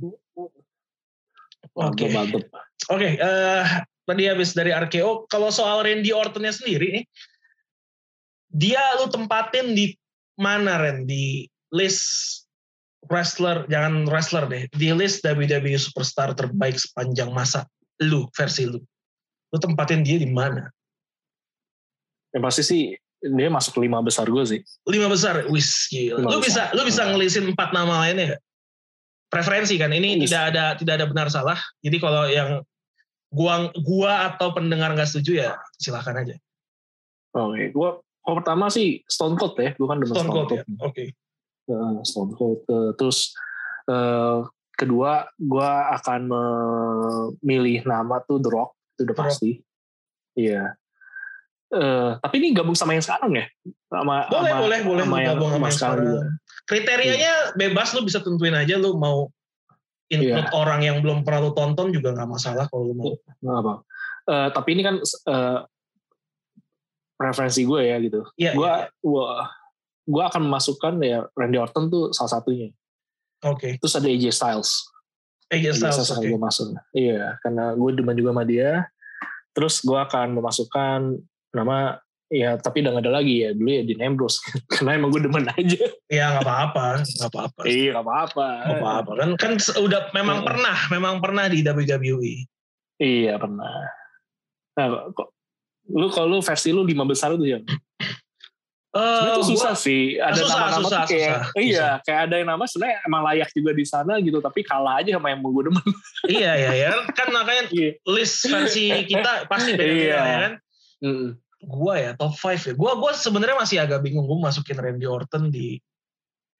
Oke, okay. Mantap. Oke, okay, uh, tadi habis dari R K O. Kalau soal Randy Orton-nya sendiri nih, dia lu tempatin di mana, Ren? Di list wrestler, jangan wrestler deh, di list W W E superstar terbaik sepanjang masa. Lu, versi lu. Lu tempatin dia di mana? Ya pasti sih dia masuk lima besar gue sih. Lima besar, wis gila. Lu besar. bisa, lu bisa ngelisin empat nama lainnya gak? Preferensi kan, ini Is. tidak ada tidak ada benar salah. Jadi kalau yang gua gua atau pendengar nggak setuju ya silakan aja. Oke, okay. gua oh, pertama sih Stone Cold ya, gua kan demen Stone, Stone Cold. Cold. Ya? Oke. Okay. Uh, Stone Cold. Uh, terus uh, kedua gua akan memilih nama tuh The Rock, itu udah The pasti. Iya. Uh, tapi ini gabung sama yang sekarang ya? Sama, boleh, sama, boleh, boleh. Sama yang, gabung sama yang sekarang. Juga. Kriterianya iya. Bebas, lu bisa tentuin aja lu mau include iya. orang yang belum pernah lu tonton juga gak masalah kalau lu mau. Gak apa. Uh, tapi ini kan uh, preferensi gue ya gitu. Iya, gue iya. gue akan memasukkan ya Randy Orton tuh salah satunya. Oke. Okay. Terus ada A J Styles. A J Styles, oke. Okay. Gue masuk. Iya, karena gue demen juga sama dia. Terus gue akan memasukkan nama ya tapi udah gak ada lagi ya dulu ya Dean Ambrose karena emang gue demen aja. Ya nggak apa-apa, nggak apa-apa. Iya nggak apa-apa. Nggak apa-apa kan kan udah memang hmm. pernah memang pernah di W W E. Iya pernah. Nah kok lu kalau lu versi lu lima besar itu ya? Uh, itu susah gua, sih. Ada susah, nama-nama susah, tuh kayak susah, iya susah. Kayak ada yang nama sebenarnya emang layak juga di sana gitu tapi kalah aja sama yang mau gue demen. Iya ya ya kan makanya yeah. list versi kita pasti beda-beda yeah. ya kan. Mm. Gua ya top five ya. Gua gua sebenarnya masih agak bingung gue masukin Randy Orton di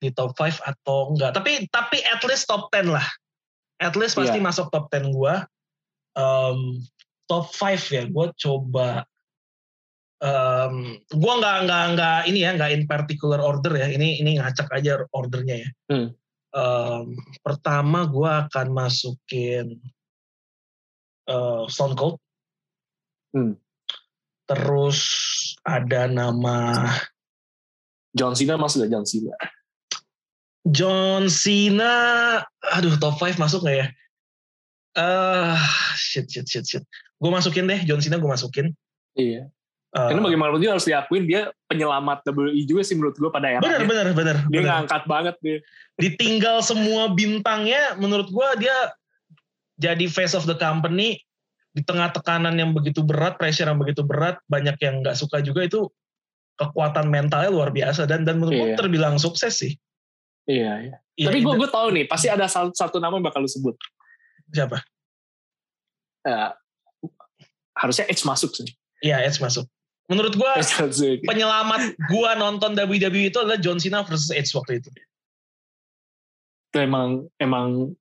di top lima atau enggak. Tapi tapi at least top sepuluh lah. At least pasti yeah. masuk top sepuluh gue. Um, top lima ya, gue coba. Um, gue nggak nggak nggak ini ya, nggak in particular order ya. Ini ini ngacak aja ordernya ya. Hmm. Um, pertama gue akan masukin uh, Stone Cold. Hmm. Terus ada nama John Cena masuk gak John Cena? John Cena, aduh top lima masuk gak ya? Uh, shit, shit, shit, shit. Gue masukin deh, John Cena gue masukin. Iya. Uh, Karena bagaimanapun dia harus diakuin, dia penyelamat W W E juga sih menurut gue pada eranya. Bener, bener, bener. Dia bener. ngangkat banget dia. Ditinggal semua bintangnya, menurut gue dia jadi face of the company. Di tengah tekanan yang begitu berat, pressure yang begitu berat, banyak yang gak suka juga, itu kekuatan mentalnya luar biasa. Dan dan menurut gue iya. terbilang sukses sih. Iya, iya. Ya, tapi gue gue tahu nih, pasti ada satu, satu nama yang bakal lu sebut. Siapa? Uh, harusnya Edge masuk sih. Iya, Edge masuk. Menurut gue penyelamat gue nonton W W E itu adalah John Cena versus Edge waktu itu. Itu emang emang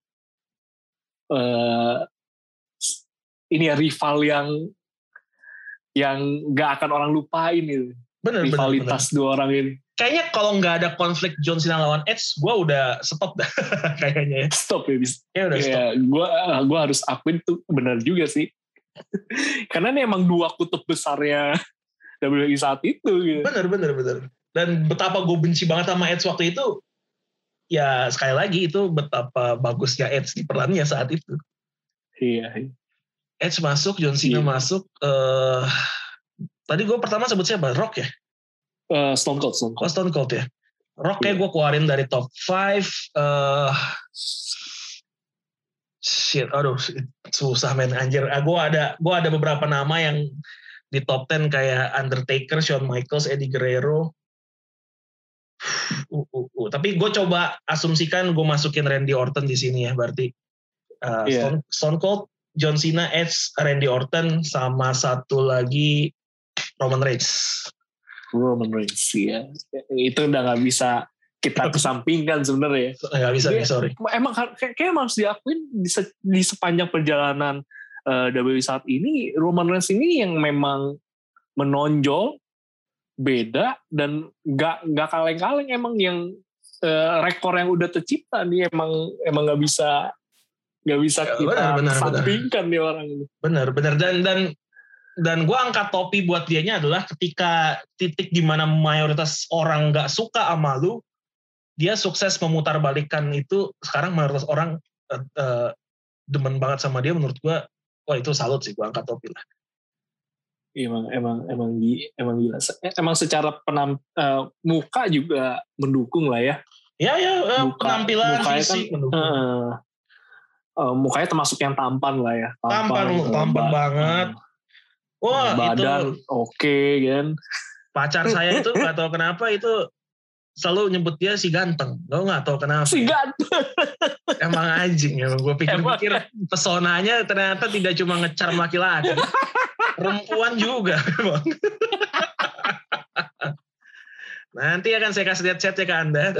uh, ini ya rival yang yang gak akan orang lupain gitu. Bener, rivalitas bener, bener. dua orang ini. Kayaknya kalau nggak ada konflik John Cena lawan Edge, gue udah stop dah kayaknya. Stop ya bis. Ya udah ya, stop. Gue gue harus akuin tuh benar juga sih. Karena ini emang dua kutub besarnya W W E saat itu. Gitu. Bener bener bener. Dan betapa gue benci banget sama Edge waktu itu. Ya sekali lagi itu betapa bagusnya Edge di perannya saat itu. Iya. Edge masuk, John Cena iya. masuk. Uh, tadi gue pertama sebut siapa? Rock ya? Uh, Stone Cold, Stone Cold. Oh, Stone Cold ya. Rock kayak gue keluarin dari top lima. Uh, shit, aduh susah men anjir. Uh, gue ada gue ada beberapa nama yang di top sepuluh kayak Undertaker, Shawn Michaels, Eddie Guerrero. Uh, uh, uh. Tapi gue coba asumsikan gue masukin Randy Orton di sini ya. Berarti uh, yeah. Stone, Stone Cold, John Cena, Edge, Randy Orton, sama satu lagi Roman Reigns. Roman Reigns ya, itu udah nggak bisa kita kesampingkan sebenarnya. Nggak bisa, dia, sorry. Emang kayak kayak harus diakuin di, se, di sepanjang perjalanan uh, W W E saat ini, Roman Reigns ini yang memang menonjol, beda dan nggak nggak kaleng-kaleng emang yang uh, rekor yang udah tercipta nih emang emang nggak bisa nggak bisa ya, kita benar, benar, kesampingkan nih orang ini. Benar benar dan dan Dan gue angkat topi buat dianya adalah ketika titik di mana mayoritas orang nggak suka sama lu, dia sukses memutarbalikkan itu. Sekarang mayoritas orang uh, uh, demen banget sama dia. Menurut gue, wah itu salut sih, gue angkat topi lah. Emang emang emang emang gila. Emang secara penam, uh, muka juga mendukung lah ya. Ya ya uh, muka, penampilan fisik kan, mendukung. Uh, uh, mukanya termasuk yang tampan lah ya. Tampan, tampan, tampan banget. Uh, Wah, badan oke okay, kan. Pacar saya itu gak tahu kenapa itu selalu nyebut dia si ganteng. Lo gak tahu kenapa. Si ganteng. Emang anjing ya. Gue pikir-pikir pesonanya ternyata tidak cuma nge-charm laki-laki. Perempuan juga. Nanti akan saya kasih lihat chatnya ke Anda.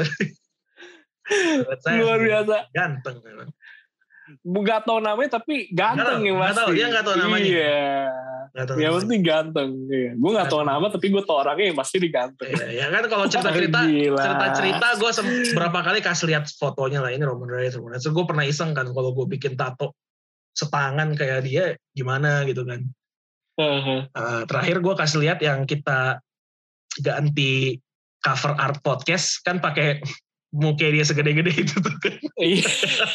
Luar biasa. Ganteng memang. Gak tau namanya tapi ganteng ya mas. Gak tau, dia gak tau namanya. Iya. Ya pasti ganteng. Iya. Gue gak tau nama tapi gue tau orangnya yang pasti diganteng. Iya, ya kan kalau cerita-cerita cerita-cerita gue berapa kali kasih lihat fotonya lah. Ini Roman Reigns. So, gue pernah iseng kan kalau gue bikin tato setangan kayak dia gimana gitu kan. Uh-huh. Uh, terakhir gue kasih lihat yang kita ganti cover art podcast kan pakai muka dia segede-gede itu tuh kan. Iya.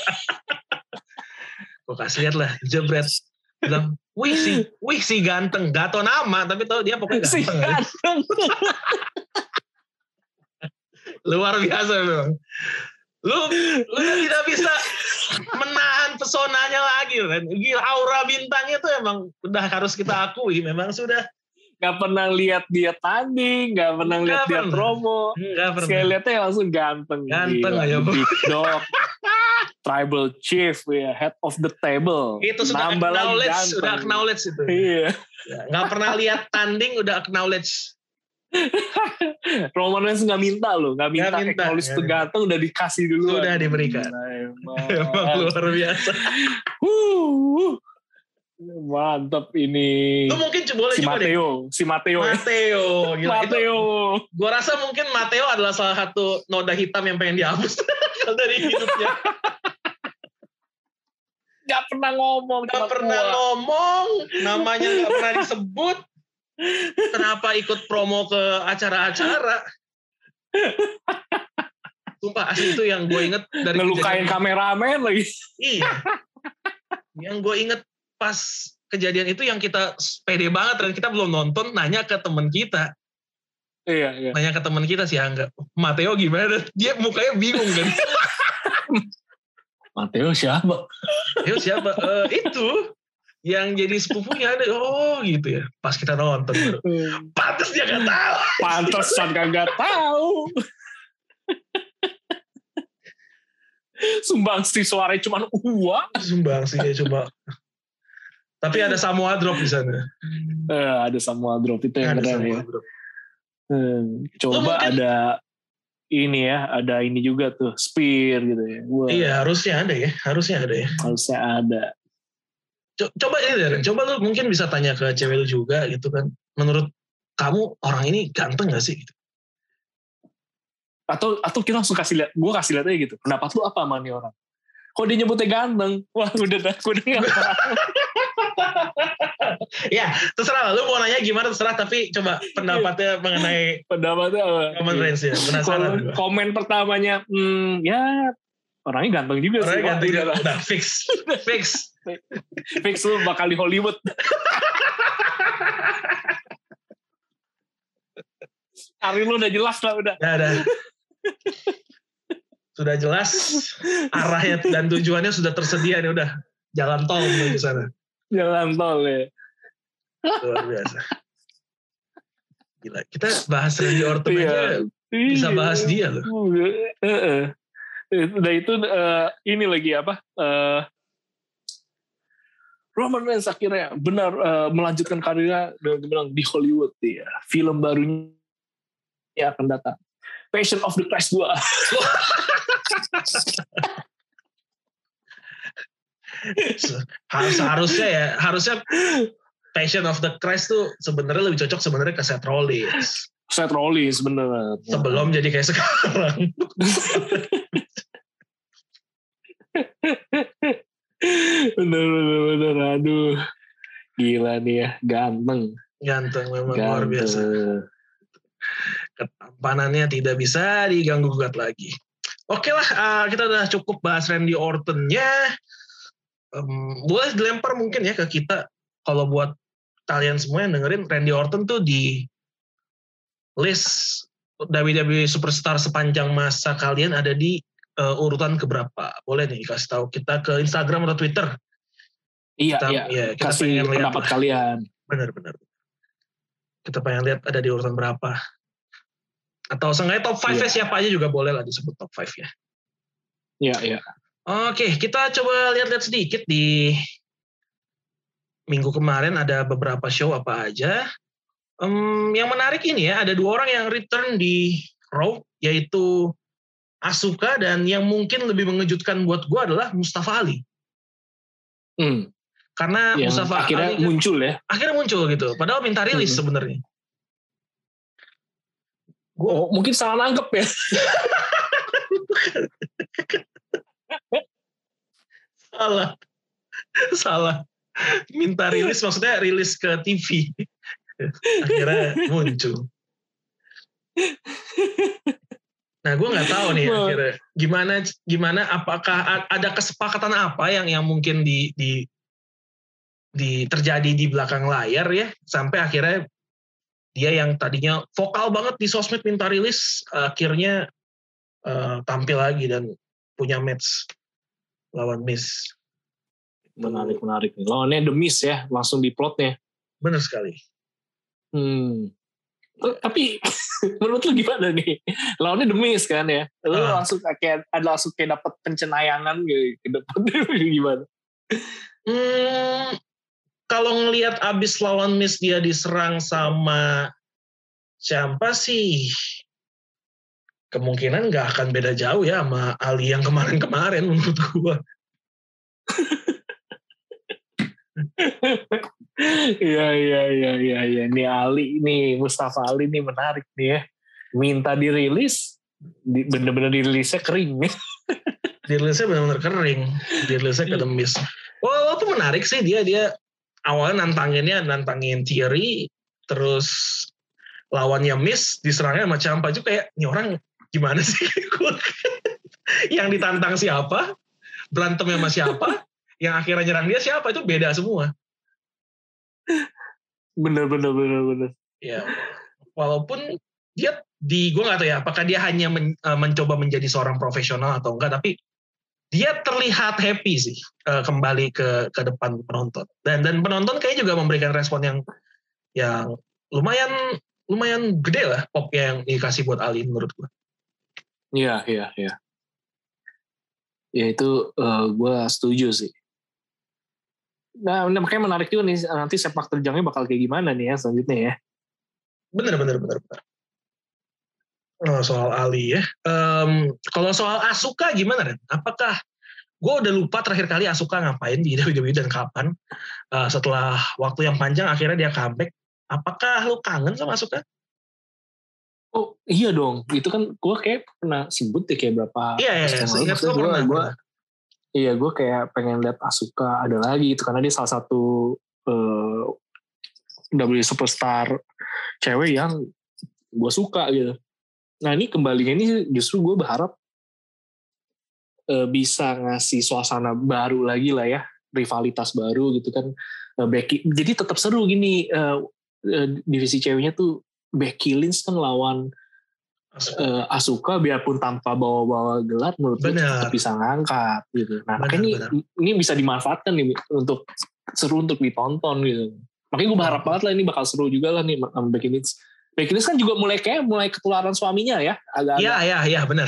Gue kasih lihat lah, jebret. Bilang, wih si, wih si ganteng. Gak tau nama, tapi tau dia pokoknya ganteng. Si ganteng. Luar biasa memang. Lu, lu tidak bisa menahan pesonanya lagi. Kan? Gila, aura bintangnya tuh emang udah harus kita akui. Memang sudah. Gak pernah lihat dia tanding, gak pernah lihat dia promo. Gak pernah. Sekali lihatnya langsung ganteng. Ganteng aja. Big dog. Tribal chief, ya, head of the table. Itu sudah nambah acknowledge, sudah acknowledge itu. Iya. Ya, gak pernah lihat tanding, udah acknowledge. Roman Reigns nggak minta loh, nggak minta, Nggak minta, acknowledge nggak tuh ganteng udah dikasih dulu. Sudah diberikan. Emang. Emang luar biasa. Wuh, mantap ini. Lu mungkin boleh si juga Matteo, deh. si Matteo. Matteo, gila. Matteo. Gue rasa mungkin Matteo adalah salah satu noda hitam yang pengen dihapus dari hidupnya. Gak pernah ngomong. Gak pernah gua. ngomong, namanya gak pernah disebut. Kenapa ikut promo ke acara-acara? Sumpah asli itu yang gue inget dari ngelukain kameramen lagi. Iya. Yang gue inget pas kejadian itu yang kita pede banget dan kita belum nonton, nanya ke teman kita. Iya, iya. Nanya ke teman kita sih Angga, Matteo gimana? Dia mukanya bingung kan. Matteo siapa? Matteo siapa? Uh, itu yang jadi sepupunya ada. Oh gitu ya. Pas kita nonton baru. Hmm. Pantes dia gak tahu. Pantesan gak tahu. Sumbangsi suaranya cuma uang. Sumbangsi ya cuma. Tapi ada Samoa Drop di sana. Eh, ada Samoa Drop itu yang keren ya. Hmm, coba mungkin, ada ini ya, ada ini juga tuh spear gitu ya. Wow. Iya harusnya ada ya, harusnya ada ya. Harusnya ada. Coba ini deh, coba lu mungkin bisa tanya ke cewek lu juga gitu kan. Menurut kamu orang ini ganteng gak sih? Gitu. Atau atau kita langsung kasih lihat, gue kasih lihat aja gitu. Pendapat lu apa sama nih orang? Kok dia nyebutnya ganteng? Wah udah dah, gue udah gak tahu. Ya terserah lah, lu mau nanya gimana terserah. Tapi coba pendapatnya mengenai pendapatnya apa? Roman Reigns ya, penasaran. Komen pertamanya, hmm, ya orangnya ganteng juga orangnya sih. Orangnya ganteng juga, udah fix, fix. Fix lu bakal di Hollywood. Karir lu udah jelas lah udah. Ya udah. Sudah jelas arahnya dan tujuannya sudah tersedia nih udah. Jalan tol menuju sana. Jalan tol ya. Luar biasa. Gila, kita bahas Randy Orton iya. aja bisa bahas dia loh. Heeh. Udah itu uh, ini lagi apa? Uh, Roman Reigns akhirnya benar uh, melanjutkan karirnya dengan bilang di Hollywood ya. Film barunya ya akan datang. Passion of the Christ dua. Harus harusnya ya, harusnya Passion of the Christ tuh sebenarnya lebih cocok sebenarnya ke Seth Rollins. Seth Rollins benar. Sebelum jadi kayak sekarang. bener bener bener aduh gila nih ya ganteng ganteng memang ganteng. Luar biasa ketampanannya tidak bisa diganggu gugat lagi. Oke lah uh, kita udah cukup bahas Randy Orton-nya. Um, boleh dilempar mungkin ya ke kita kalau buat kalian semua yang dengerin Randy Orton tuh di list W W E Superstar sepanjang masa kalian ada di Uh, urutan keberapa? Boleh nih kasih tahu kita ke Instagram atau Twitter. Iya, kita, iya. Ya, kita kasih pendapat lihat kalian. Benar-benar. Kita pengen lihat ada di urutan berapa. Atau seenggaknya top lima iya. Siapa aja juga boleh lah disebut top lima ya. Iya, iya. Oke, kita coba lihat-lihat sedikit di minggu kemarin ada beberapa show apa aja. Um, yang menarik ini ya, ada dua orang yang return di Raw, yaitu Asuka dan yang mungkin lebih mengejutkan buat gue adalah Mustafa Ali. Hmm. Karena yang Mustafa akhirnya Ali muncul ya. Akhirnya muncul gitu. Padahal minta rilis hmm. sebenarnya. Gue oh, mungkin salah nangkep ya. salah. Salah. Minta rilis maksudnya rilis ke T V. Akhirnya muncul. Nah, gue nggak tahu nih akhirnya gimana gimana apakah ada kesepakatan apa yang yang mungkin di di di terjadi di belakang layar ya sampai akhirnya dia yang tadinya vokal banget di sosmed minta rilis akhirnya uh, tampil lagi dan punya match lawan Miz. Menarik menarik nih. Lawannya The Miz ya langsung di plotnya. Benar sekali. Hmm. Tapi menurut lu gimana nih? Lawannya The Miz kan ya. Lu uh. langsung kayak ada langsung kayak dapat pencenayangan gitu ke depan gimana? Hmm, kalau ngelihat abis lawan Miz dia diserang sama Ciampa sih kemungkinan nggak akan beda jauh ya sama Ali yang kemarin-kemarin menurut gua. Iya iya iya iya iya. Nih Ali nih Mustafa Ali nih menarik nih ya. Minta dirilis, di, bener-bener dirilisnya kering nih. Dirilisnya benar-benar kering, dirilisnya kedemis. Wah, itu menarik sih dia dia awalnya nantanginnya nantangin Thierry, terus lawannya miss, diserangnya sama Ciampa juga kayak ini orang gimana sih? Yang ditantang siapa? Berantemnya sama siapa? Yang akhirnya nyerang dia siapa? Itu beda semua. Bener bener bener bener. Ya, walaupun dia di gue nggak tahu ya, apakah dia hanya men, uh, mencoba menjadi seorang profesional atau enggak, tapi dia terlihat happy sih uh, kembali ke ke depan penonton. Dan dan penonton kayaknya juga memberikan respon yang yang lumayan lumayan gede lah popnya yang dikasih buat Ali menurut gue. Iya iya iya. Ya itu uh, gue setuju sih. Nah makanya menarik juga nih nanti sepak terjangnya bakal kayak gimana nih ya selanjutnya ya. Bener bener bener bener. Oh, soal Ali ya. Um, kalau soal Asuka gimana Ren? Apakah gue udah lupa terakhir kali Asuka ngapain di W W E dan kapan? Uh, setelah waktu yang panjang akhirnya dia comeback. Apakah lu kangen sama Asuka? Oh iya dong, itu kan gue kayak pernah sebut ya kayak berapa. Iya iya. Seingat gue pernah. Gua, iya gue kayak pengen lihat Asuka ada lagi itu karena dia salah satu uh, W W E superstar cewek yang gue suka gitu. Nah ini kembalinya ini justru gue berharap uh, bisa ngasih suasana baru lagi lah ya, rivalitas baru gitu kan. Uh, Becky, jadi tetap seru gini uh, uh, divisi ceweknya tuh Becky Lynch kan lawan Asuka, uh, Asuka biarpun tanpa bawa-bawa gelar menurut gue tetap bisa ngangkat gitu. Nah bener, makanya ini, ini bisa dimanfaatkan nih untuk seru untuk ditonton gitu. Makanya gue berharap banget lah ini bakal seru juga lah nih sama Becky Lynch. Becky Lynch kan juga mulai kayak mulai ketularan suaminya ya. Agak-agak. Iya, iya, iya benar.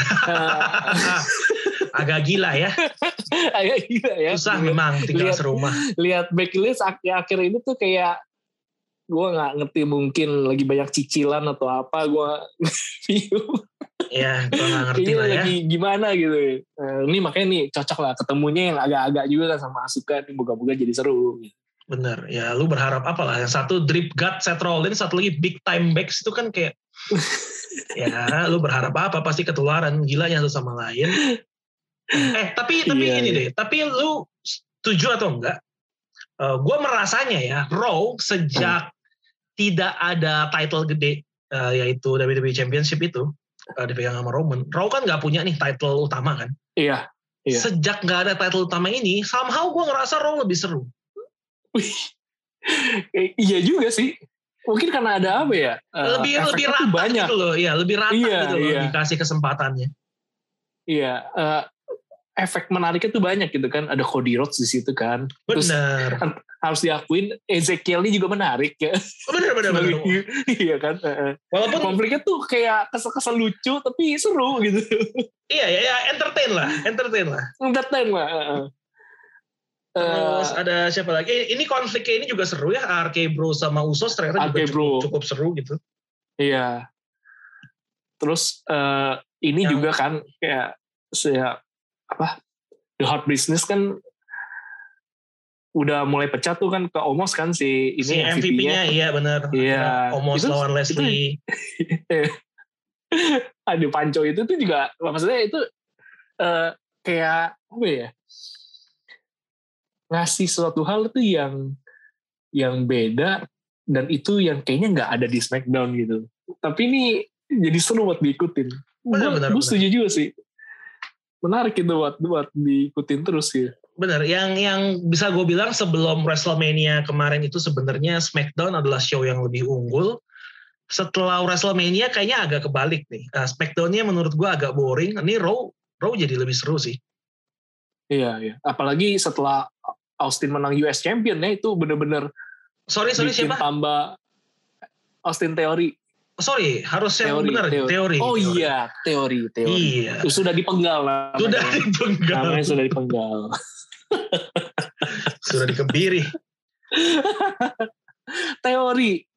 Agak gila ya. Agak gila ya. Susah memang tinggal lihat, serumah. Lihat Becky Lynch akhir-akhir ini tuh kayak gue nggak ngerti mungkin lagi banyak cicilan atau apa gue bingung. Iya, gue nggak ngerti lah ya. Lagi gimana gitu. Nah, ini makanya nih cocok lah ketemunya yang agak-agak juga kan sama Asuka nih moga-moga jadi seru. Bener, ya lu berharap apa lah? Yang satu drip gut Seth Rollins, satu lagi big time backs itu kan kayak ya lu berharap apa? Pasti ketularan gilanya satu sama lain. Eh tapi tapi iya, ini iya. deh, tapi lu setuju atau enggak? Uh, gue merasanya ya Raw sejak hmm. tidak ada title gede uh, yaitu W W E Championship itu uh, dipegang sama Roman. Raw kan nggak punya nih title utama kan? Iya. iya. Sejak nggak ada title utama ini, somehow gue ngerasa Raw lebih seru. Wih, iya juga sih. Mungkin karena ada apa ya? Lebih uh, lebih rata banyak. Gitu loh, ya lebih rata iya, gitu loh iya. dikasih kesempatannya. Iya, uh, efek menariknya tuh banyak gitu kan. Ada Cody Rhodes di situ kan. Benar. Terus, harus diakuin Ezekiel ini juga menarik ya. Benar benar benar. Iya kan. Walaupun konfliknya tuh kayak kesel-kesel lucu tapi seru gitu. Iya ya, ya entertain lah, entertain lah. Entertain lah. Terus uh, ada siapa lagi? Ini konfliknya ini juga seru ya. R K Bro sama Usos ternyata juga cukup, cukup seru gitu. Iya. Terus uh, ini yang, juga kan kayak saya apa? The Hurt Business kan udah mulai pecah tuh kan ke Omos kan si ini si M V P-nya. Iya benar. Iya. Omos itu, lawan Leslie. Aduh Panco itu tuh juga maksudnya itu uh, kayak apa ya? Ngasih suatu hal tuh yang yang beda dan itu yang kayaknya nggak ada di SmackDown gitu. Tapi ini jadi seru buat diikutin. Gue setuju juga sih. Menarik itu buat buat diikutin terus gitu. Benar. Yang yang bisa gue bilang sebelum WrestleMania kemarin itu sebenarnya SmackDown adalah show yang lebih unggul. Setelah WrestleMania kayaknya agak kebalik nih. Nah, SmackDown-nya menurut gue agak boring. Ini Raw Raw jadi lebih seru sih. Iya, iya. Apalagi setelah Austin menang U S Champion ya itu bener-bener sorry sorry bikin siapa? Tambah Austin Theory. Sorry, harus yang benar teori. teori. Oh teori. iya, teori, teori. Iya. Sudah dipenggal lah. Sudah dipenggal. Namanya sudah dipenggal. Sudah dikebiri. Teori.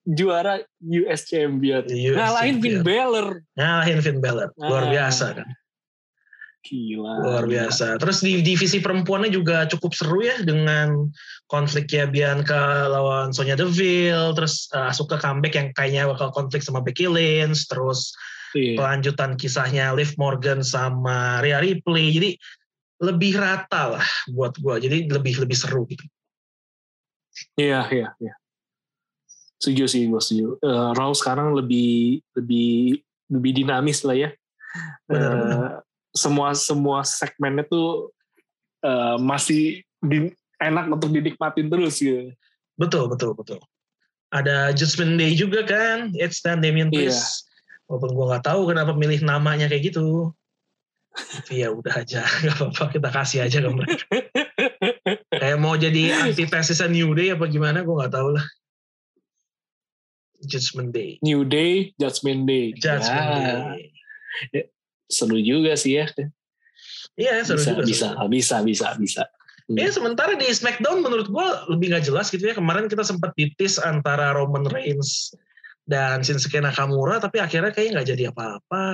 juara U S Champion. U S Ngalahin Finn Balor. Ngalahin Finn Balor. Luar ah. biasa kan. Gila. Luar biasa. Terus di divisi perempuannya juga cukup seru ya dengan konfliknya Bianca lawan Sonya Deville, terus uh, Asuka comeback yang kayaknya bakal konflik sama Becky Lynch, terus iya. Kelanjutan kisahnya Liv Morgan sama Rhea Ripley. Jadi lebih rata lah buat gua. Jadi lebih lebih seru gitu. Iya, iya, iya. Setuju sih, gue setuju. Uh, Raw sekarang lebih lebih lebih dinamis lah ya. Benar, uh, benar. Semua semua segmennya tuh uh, masih di, enak untuk dinikmatin terus gitu. Betul, betul, betul. Ada Judgment Day juga kan, Edge dan Damian Priest. Iya. Walaupun gue nggak tahu kenapa milih namanya kayak gitu. Tapi ya udah aja, nggak apa-apa, kita kasih aja ke mereka. Kayak mau jadi antitesisnya New Day apa gimana, gue nggak tahu lah. Judgment Day. New Day, Judgment Day. Judgment ya. Day. Ya, seru juga sih ya. Iya, seru bisa, juga. Bisa, seru. bisa, bisa, bisa. Hmm. Ya, sementara di SmackDown menurut gue lebih gak jelas gitu ya. Kemarin kita sempat ditis antara Roman Reigns dan Shinsuke Nakamura, tapi akhirnya kayaknya gak jadi apa-apa.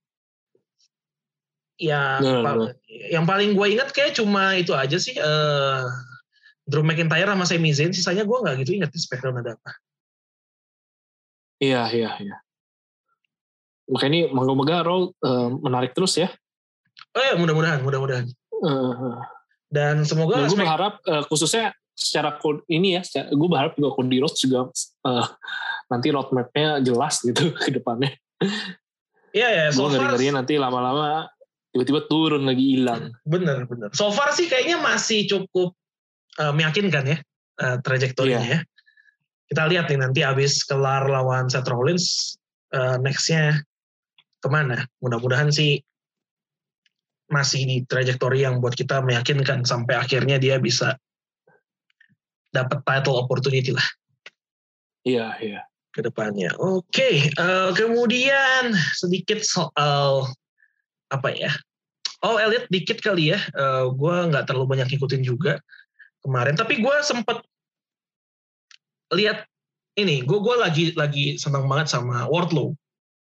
Yang, nah, pa- nah. yang paling gue ingat kayak cuma itu aja sih. Uh, Drew McIntyre sama Sami Zayn. Sisanya gue gak gitu ingat di SmackDown ada apa. Iya, iya, iya. Makanya ini moga-moga Raw uh, menarik terus ya. Oh ya, mudah-mudahan, mudah-mudahan. Uh, Dan semoga... Dan gue berharap uh, khususnya secara ini ya, secara, gue berharap juga Cody Rhodes juga uh, nanti roadmap-nya jelas gitu ke depannya. Iya, ya. So gue far... ngeri-ngerinya nanti lama-lama tiba-tiba turun lagi hilang. Bener, bener. So far sih kayaknya masih cukup uh, meyakinkan ya uh, trajektorinya yeah. ya. Kita lihat nih nanti abis kelar lawan Seth Rollins, uh, next-nya kemana. Mudah-mudahan sih masih di trajektori yang buat kita meyakinkan sampai akhirnya dia bisa dapat title opportunity lah. Iya, iya. Ke depannya. Oke, okay. uh, kemudian sedikit soal apa ya. Oh, Elliot dikit kali ya. Uh, gue nggak terlalu banyak ngikutin juga kemarin. Tapi gue sempet lihat ini, gue gue lagi lagi senang banget sama Wardlow.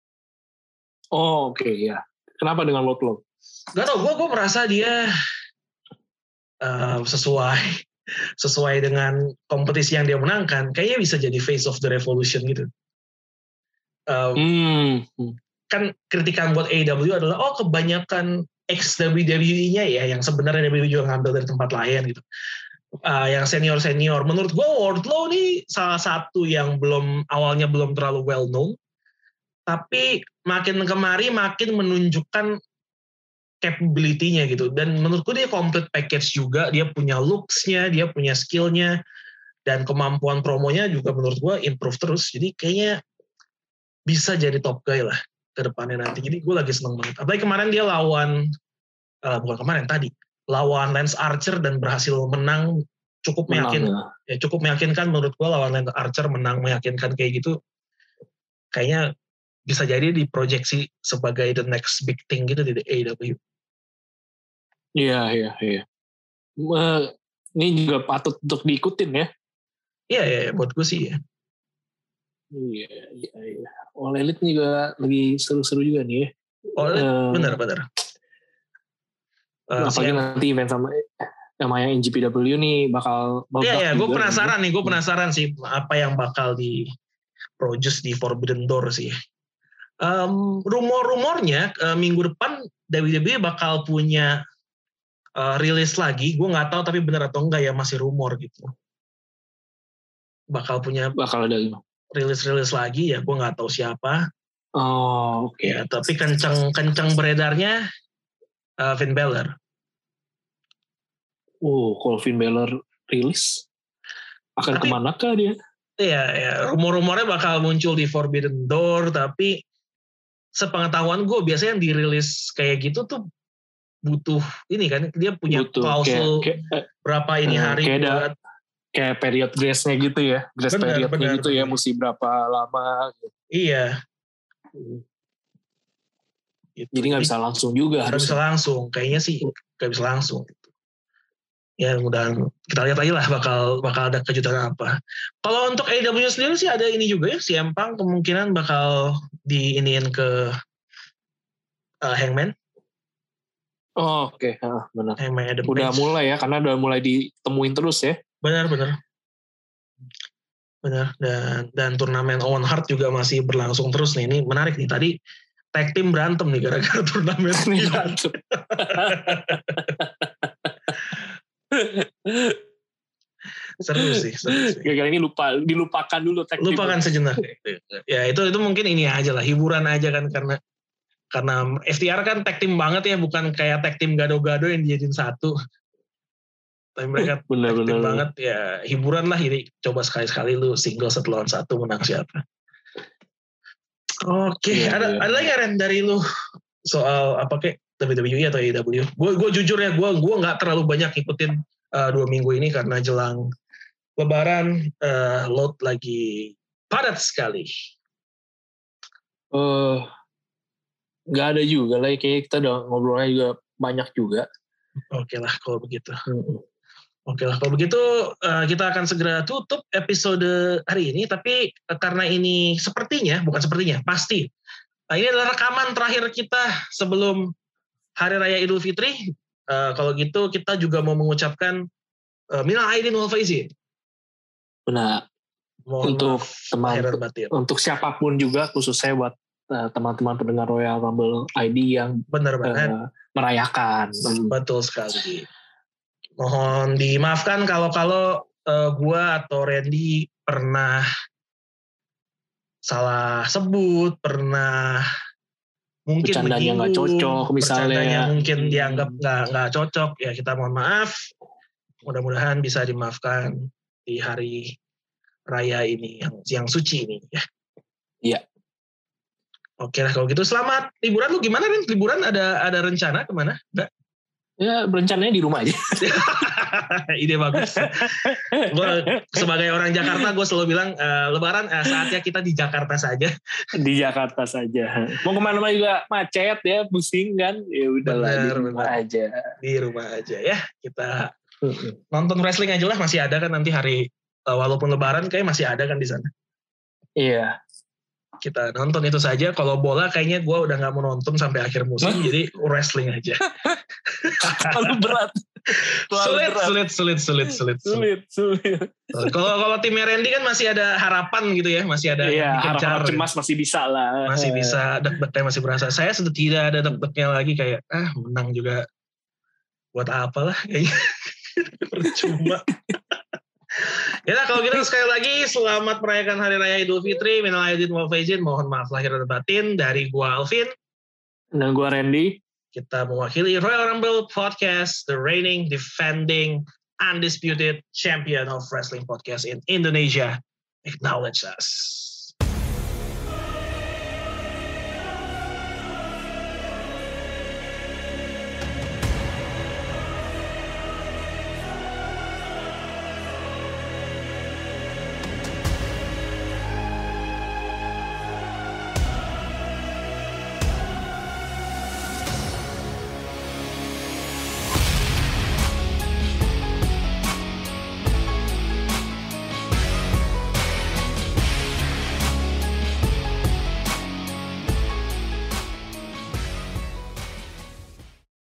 Oh oke okay, ya. Kenapa dengan Wardlow? Gak tau, gue gue merasa dia uh, sesuai sesuai dengan kompetisi yang dia menangkan, kayaknya bisa jadi face of the revolution gitu. Uh, hmm. Kan kritikan buat A E W adalah oh kebanyakan ex W W E-nya ya yang sebenarnya W W E juga ngambil dari tempat lain gitu. Uh, yang senior-senior. Menurut gue Wardlow nih salah satu yang belum awalnya belum terlalu well known, tapi makin kemari makin menunjukkan capability-nya gitu. Dan menurutku dia complete package juga. Dia punya looks-nya, dia punya skill-nya, dan kemampuan promonya juga menurut gue improve terus. Jadi kayaknya bisa jadi top guy lah ke depannya nanti. Jadi gue lagi seneng banget. Apalagi kemarin dia lawan, uh, bukan kemarin tadi, lawan Lance Archer dan berhasil menang cukup meyakinkan. Ya, cukup meyakinkan menurut gue lawan Lance Archer menang meyakinkan kayak gitu. Kayaknya bisa jadi diproyeksi sebagai the next big thing gitu di A E W. Iya, iya, iya. Uh, ini juga patut untuk diikutin ya. Iya, iya, ya, buat gue sih ya. Iya, iya, iya. All Elite juga lagi seru-seru juga nih ya. All Elite, uh, benar, benar. Uh, apalagi siap. Nanti event sama sama yang N G P W nih bakal Iya, iya, gue penasaran nih, gue penasaran sih apa yang bakal di produce di Forbidden Door sih. Um, rumor-rumornya uh, minggu depan W W E bakal punya uh, rilis lagi, gue nggak tahu tapi benar atau enggak ya, masih rumor gitu. Bakal punya bakal ada rilis-rilis lagi ya, gue nggak tahu siapa. Oh, oke. Okay. Ya, tapi kencang-kencang beredarnya uh, Finn Balor. Oh, kalau Finn Balor rilis akan tapi, kemana kah dia? Iya, ya, rumor-rumornya bakal muncul di Forbidden Door, tapi sepengetahuan gue biasanya yang dirilis kayak gitu tuh butuh ini kan, dia punya butuh, klausul kayak, kayak, berapa ini uh, hari kayak buat ada, kayak period grace-nya gitu ya, grace bener, periodnya bener, gitu bener. Ya, mesti berapa lama gitu. Iya. Gitu. Jadi nggak bisa langsung juga harus. Nggak bisa langsung, kayaknya sih nggak bisa langsung. ya mudah-mudahan kita lihat aja lah bakal bakal ada kejutan apa. Kalau untuk A E W sendiri sih ada ini juga ya, C M Punk kemungkinan bakal diiniin ke uh, Hangman. Oh oke, okay. ah, benar. Hangman Adam udah Page. mulai ya, karena udah mulai ditemuin terus ya. Benar benar. Benar, dan dan turnamen Owen Hart juga masih berlangsung terus nih. Ini menarik nih, tadi tag team berantem nih gara-gara turnamen ini. Berantem. seru sih, seru sih. Gara-gara ini lupa dilupakan dulu tag team. Lupakan sejenak. Ya itu itu mungkin ini aja lah, hiburan aja kan, karena karena F T R kan tag team banget ya, bukan kayak tag team gado-gado yang dijadiin satu. Tapi mereka bener, tag team bener. banget ya, hiburan lah ini. Coba sekali-sekali lu single satu lawan satu, menang siapa. Oke, okay. ya, ada ya. Ada lagi Ren dari lu soal apa kayak W W E atau A E W? Gue gue jujur ya, gue gue nggak terlalu banyak ngikutin uh, dua minggu ini karena jelang Lebaran, uh, load lagi padat sekali. Uh, nggak ada juga lah, kayaknya kita udah ngobrolnya juga banyak juga. Oke okay lah kalau begitu. Hmm. Oke lah, kalau begitu uh, kita akan segera tutup episode hari ini. Tapi uh, karena ini sepertinya, bukan sepertinya, pasti. Uh, ini adalah rekaman terakhir kita sebelum Hari Raya Idul Fitri. Uh, kalau gitu kita juga mau mengucapkan uh, Minal Aidin wal Faizin. Benar. Mohon untuk teman, batin. Untuk siapapun juga, khususnya buat uh, teman-teman pendengar Royal Rumble I D yang benar banget uh, merayakan. Betul sekali. Mohon dimaafkan kalau-kalau uh, gue atau Randy pernah salah sebut, pernah mungkin bercandanya nggak cocok, misalnya. Bercandanya mungkin hmm. dianggap nggak nggak cocok, ya kita mohon maaf. Mudah-mudahan bisa dimaafkan di hari raya ini yang yang suci ini ya. Iya. Oke lah kalau gitu, selamat liburan. Lu gimana Ren? Liburan ada ada rencana kemana? Enggak? Ya rencananya di rumah aja. Ide bagus. Gue sebagai orang Jakarta, gue selalu bilang uh, Lebaran uh, saatnya kita di Jakarta saja. Di Jakarta saja. Mau kemana-mana juga macet ya, pusing kan? Ya udahlah di rumah bener. aja. Di rumah aja ya. Kita nonton wrestling aja lah, masih ada kan nanti hari uh, walaupun Lebaran kayak masih ada kan di sana. Iya. Kita nonton itu saja. Kalau bola kayaknya gue udah nggak mau nonton sampai akhir musim, jadi wrestling aja. Terlalu berat. Sulit, sulit, sulit, sulit, sulit, sulit, sulit. Kalau kalau timnya Randy kan masih ada harapan gitu ya, masih ada iya, harap cemas masih bisa lah. Masih bisa, deg-degnya masih berasa. Saya sudah tidak ada deg-degnya lagi, kayak ah menang juga buat apalah kayaknya. Percuma. Ya kalau gitu sekali lagi selamat merayakan Hari Raya Idul Fitri. Minal aidin wal faizin. Mohon maaf lahir dan batin dari gua Alvin dan gua Randy. Kita mewakili Royal Rumble Podcast, the reigning, defending, undisputed champion of wrestling podcast in Indonesia. Acknowledge us.